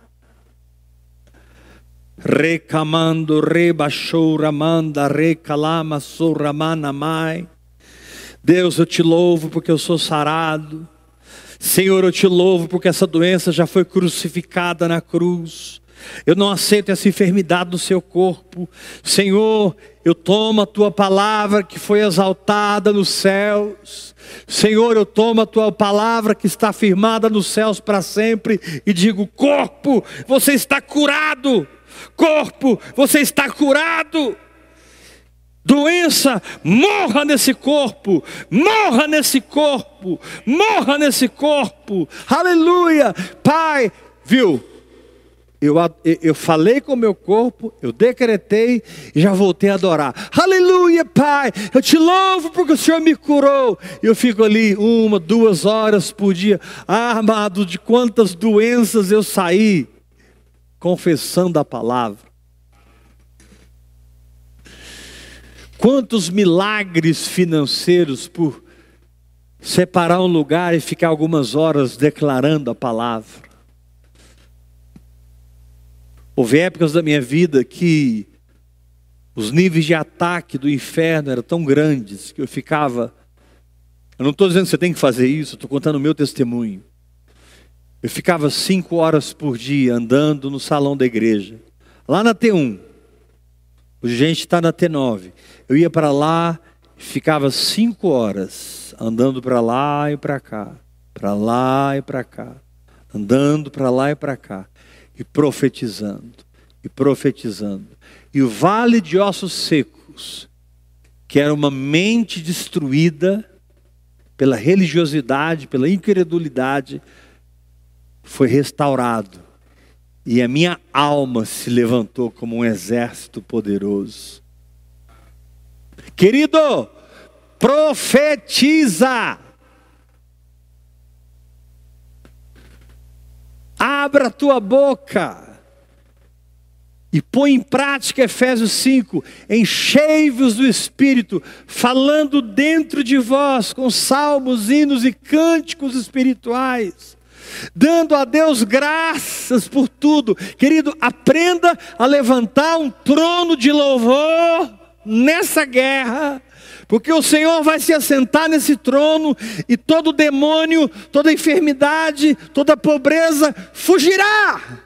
S1: recamando, rebaixou, ramanda, recalama, sorramanamai. Deus, eu te louvo porque eu sou sarado. Senhor, eu te louvo porque essa doença já foi crucificada na cruz. Eu não aceito essa enfermidade no seu corpo. Senhor, eu tomo a tua palavra que foi exaltada nos céus. Senhor, eu tomo a tua palavra que está firmada nos céus para sempre e digo: corpo, você está curado. Corpo, você está curado. Doença, morra nesse corpo, morra nesse corpo, morra nesse corpo. Aleluia. Pai, viu? Eu falei com o meu corpo, eu decretei e já voltei a adorar. Aleluia, Pai, eu te louvo porque o Senhor me curou. Eu fico ali 1, 2 horas por dia. Ah, amado, de quantas doenças eu saí confessando a palavra. Quantos milagres financeiros por separar um lugar e ficar algumas horas declarando a palavra. Houve épocas da minha vida que os níveis de ataque do inferno eram tão grandes que eu ficava... Eu não estou dizendo que você tem que fazer isso, eu estou contando o meu testemunho. Eu ficava 5 horas por dia andando no salão da igreja, lá na T1. Hoje a gente está na T9. Eu ia para lá e ficava 5 horas andando para lá e para cá, para lá e para cá, andando para lá e para cá, e profetizando, e profetizando. E o vale de ossos secos, que era uma mente destruída pela religiosidade, pela incredulidade, foi restaurado. E a minha alma se levantou como um exército poderoso. Querido, profetiza. Abra a tua boca e põe em prática Efésios 5. Enchei-vos do Espírito, falando dentro de vós com salmos, hinos e cânticos espirituais, dando a Deus graças por tudo. Querido, aprenda a levantar um trono de louvor nessa guerra, porque o Senhor vai se assentar nesse trono e todo demônio, toda enfermidade, toda pobreza fugirá.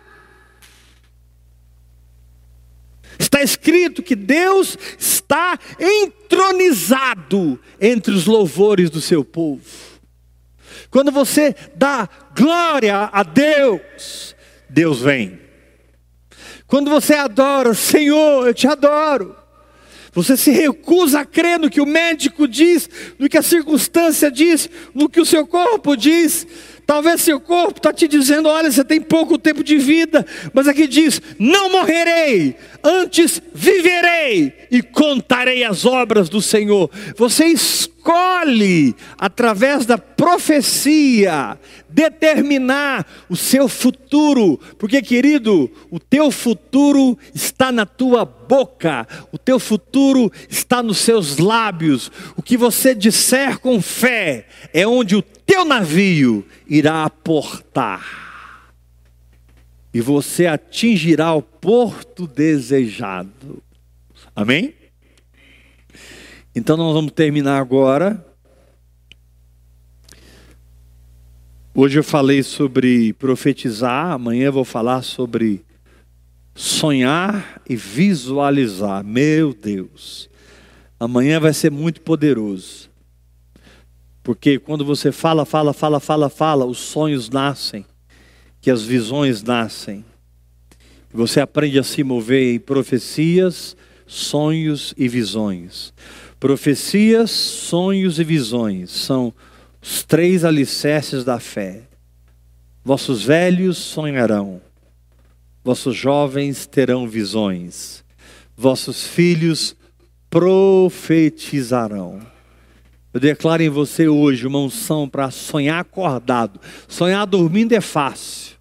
S1: Está escrito que Deus está entronizado entre os louvores do seu povo. Quando você dá glória a Deus, Deus vem. Quando você adora, Senhor, eu te adoro. Você se recusa a crer no que o médico diz, no que a circunstância diz, no que o seu corpo diz. Talvez seu corpo está te dizendo, olha, você tem pouco tempo de vida. Mas aqui diz, não morrerei, antes viverei e contarei as obras do Senhor. Você escolhe, através da profecia, determinar o seu futuro. Porque, querido, o teu futuro está na tua boca. O teu futuro está nos seus lábios. O que você disser com fé é onde o teu navio irá aportar. E você atingirá o porto desejado. Amém? Então nós vamos terminar agora. Hoje eu falei sobre profetizar, amanhã eu vou falar sobre sonhar e visualizar. Meu Deus, amanhã vai ser muito poderoso. Porque quando você fala, os sonhos nascem, que as visões nascem. Você aprende a se mover em profecias, sonhos e visões. Profecias, sonhos e visões são os 3 alicerces da fé. Vossos velhos sonharão, vossos jovens terão visões, vossos filhos profetizarão. Eu declaro em você hoje uma unção para sonhar acordado. Sonhar dormindo é fácil.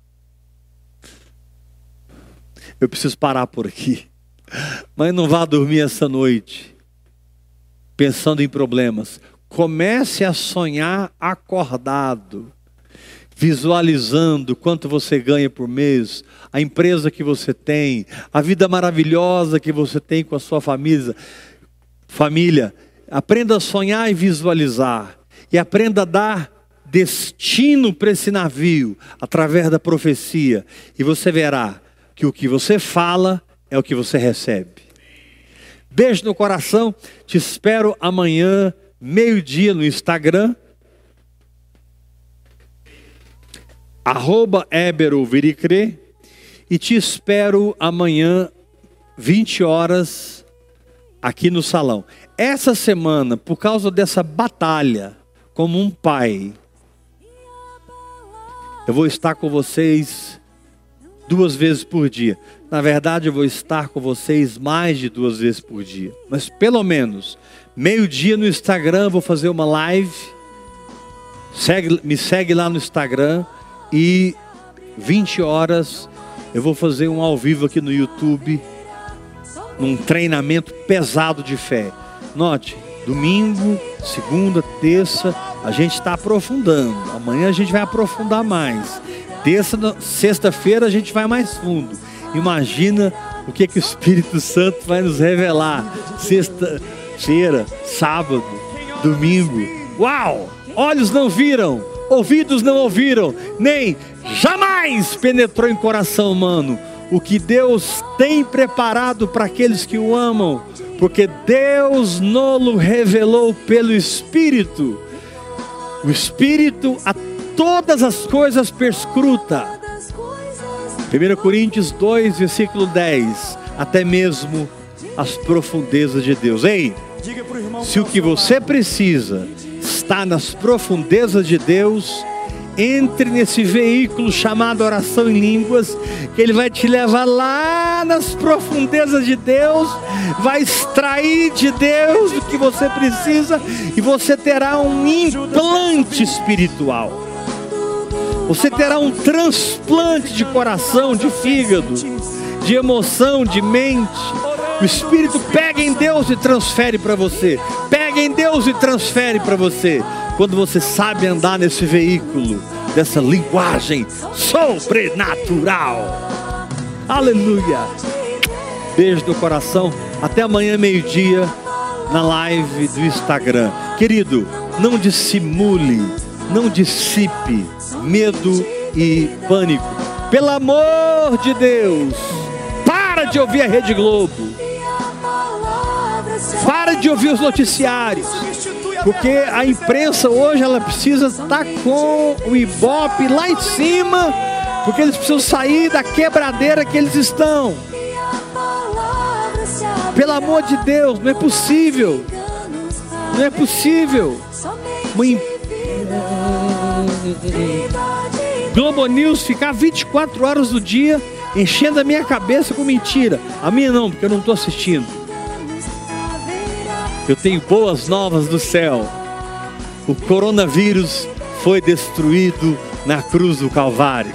S1: Eu preciso parar por aqui. Mas não vá dormir essa noite pensando em problemas. Comece a sonhar acordado, visualizando quanto você ganha por mês, a empresa que você tem, a vida maravilhosa que você tem com a sua família. Aprenda a sonhar e visualizar. E aprenda a dar destino para esse navio através da profecia. E você verá que o que você fala é o que você recebe. Beijo no coração. Te espero amanhã, meio-dia, no Instagram. @EberOuviricrer. E te espero amanhã, 20 horas, aqui no salão. Essa semana, por causa dessa batalha, como um pai, eu vou estar com vocês 2 vezes por dia. Na verdade, eu vou estar com vocês mais de 2 vezes por dia. Mas pelo menos, meio-dia no Instagram, vou fazer uma live. Me segue lá no Instagram. E 20 horas, eu vou fazer um ao vivo aqui no YouTube. Num treinamento pesado de fé. Note, domingo, segunda, terça, a gente está aprofundando. Amanhã a gente vai aprofundar mais. Sexta-feira a gente vai mais fundo. Imagina o que o Espírito Santo vai nos revelar. Sexta-feira, sábado, domingo. Uau! Olhos não viram, ouvidos não ouviram, nem jamais penetrou em coração humano o que Deus tem preparado para aqueles que o amam, porque Deus nos revelou pelo Espírito. O Espírito a todas as coisas perscruta. 1 Coríntios 2, versículo 10. Até mesmo as profundezas de Deus. Ei, se o que você precisa está nas profundezas de Deus, entre nesse veículo chamado oração em línguas, que ele vai te levar lá nas profundezas de Deus, vai extrair de Deus o que você precisa, e você terá um implante espiritual. Você terá um transplante de coração, de fígado, de emoção, de mente. O Espírito pega em Deus e transfere para você. Pega em Deus e transfere para você. Quando você sabe andar nesse veículo, dessa linguagem sobrenatural. Aleluia. Beijo no coração. Até amanhã, meio-dia, na live do Instagram. Querido, não dissimule, não dissipe medo e pânico. Pelo amor de Deus, para de ouvir a Rede Globo. Para de ouvir os noticiários. Porque a imprensa hoje, ela precisa estar com o Ibope lá em cima, porque eles precisam sair da quebradeira que eles estão. Pelo amor de Deus, não é possível. Não é possível. Globo News ficar 24 horas do dia enchendo a minha cabeça com mentira. A minha não, porque eu não estou assistindo. Eu tenho boas novas do céu. O coronavírus foi destruído na cruz do Calvário.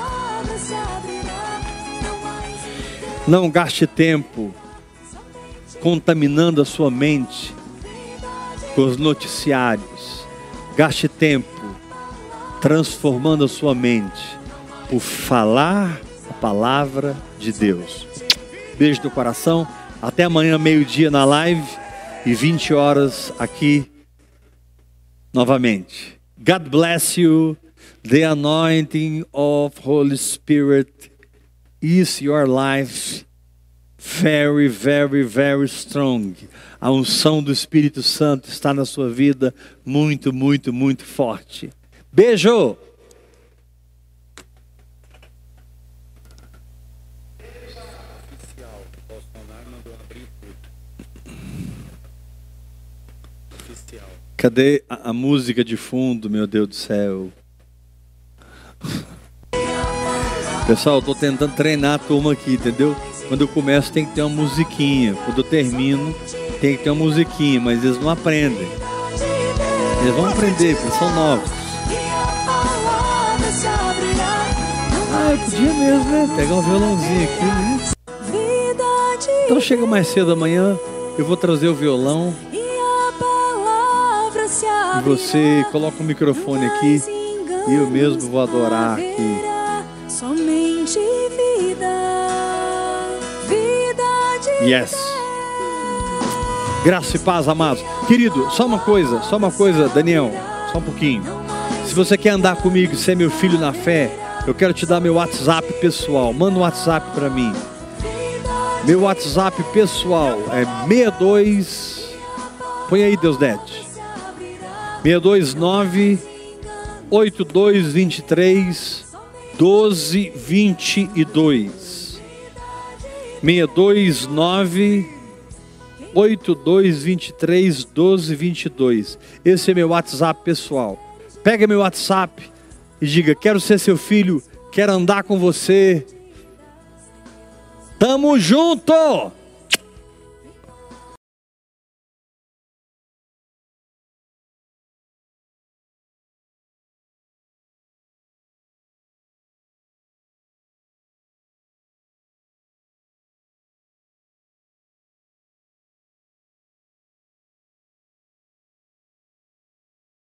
S1: Não gaste tempo contaminando a sua mente com os noticiários. Gaste tempo transformando a sua mente por falar a palavra de Deus. Beijo do coração. Até amanhã, meio-dia na live e 20 horas aqui novamente. God bless you. The anointing of Holy Spirit is your life. Very, very, very strong. A unção do Espírito Santo está na sua vida muito, muito, muito forte. Beijo! Cadê a música de fundo, meu Deus do céu? Pessoal, eu estou tentando treinar a turma aqui, entendeu? Quando eu começo tem que ter uma musiquinha. Quando eu termino tem que ter uma musiquinha. Mas eles não aprendem. Eles vão aprender, porque são novos. Ah, eu podia mesmo, né? Pegar um violãozinho aqui, né? Então chega mais cedo amanhã. Eu vou trazer o violão. E você coloca o microfone aqui. E eu mesmo vou adorar aqui.
S2: Somente vida de
S1: Yes. Graça e paz, amados. Querido, só uma coisa, Daniel, só um pouquinho. Se você quer andar comigo, ser meu filho na fé, eu quero te dar meu WhatsApp pessoal. Manda um WhatsApp para mim. Meu WhatsApp pessoal é 62. Põe aí, Deusdete. 629 8223 1222. 629 8223 1222. Esse é meu WhatsApp pessoal. Pega meu WhatsApp e diga: quero ser seu filho, quero andar com você. Tamo junto!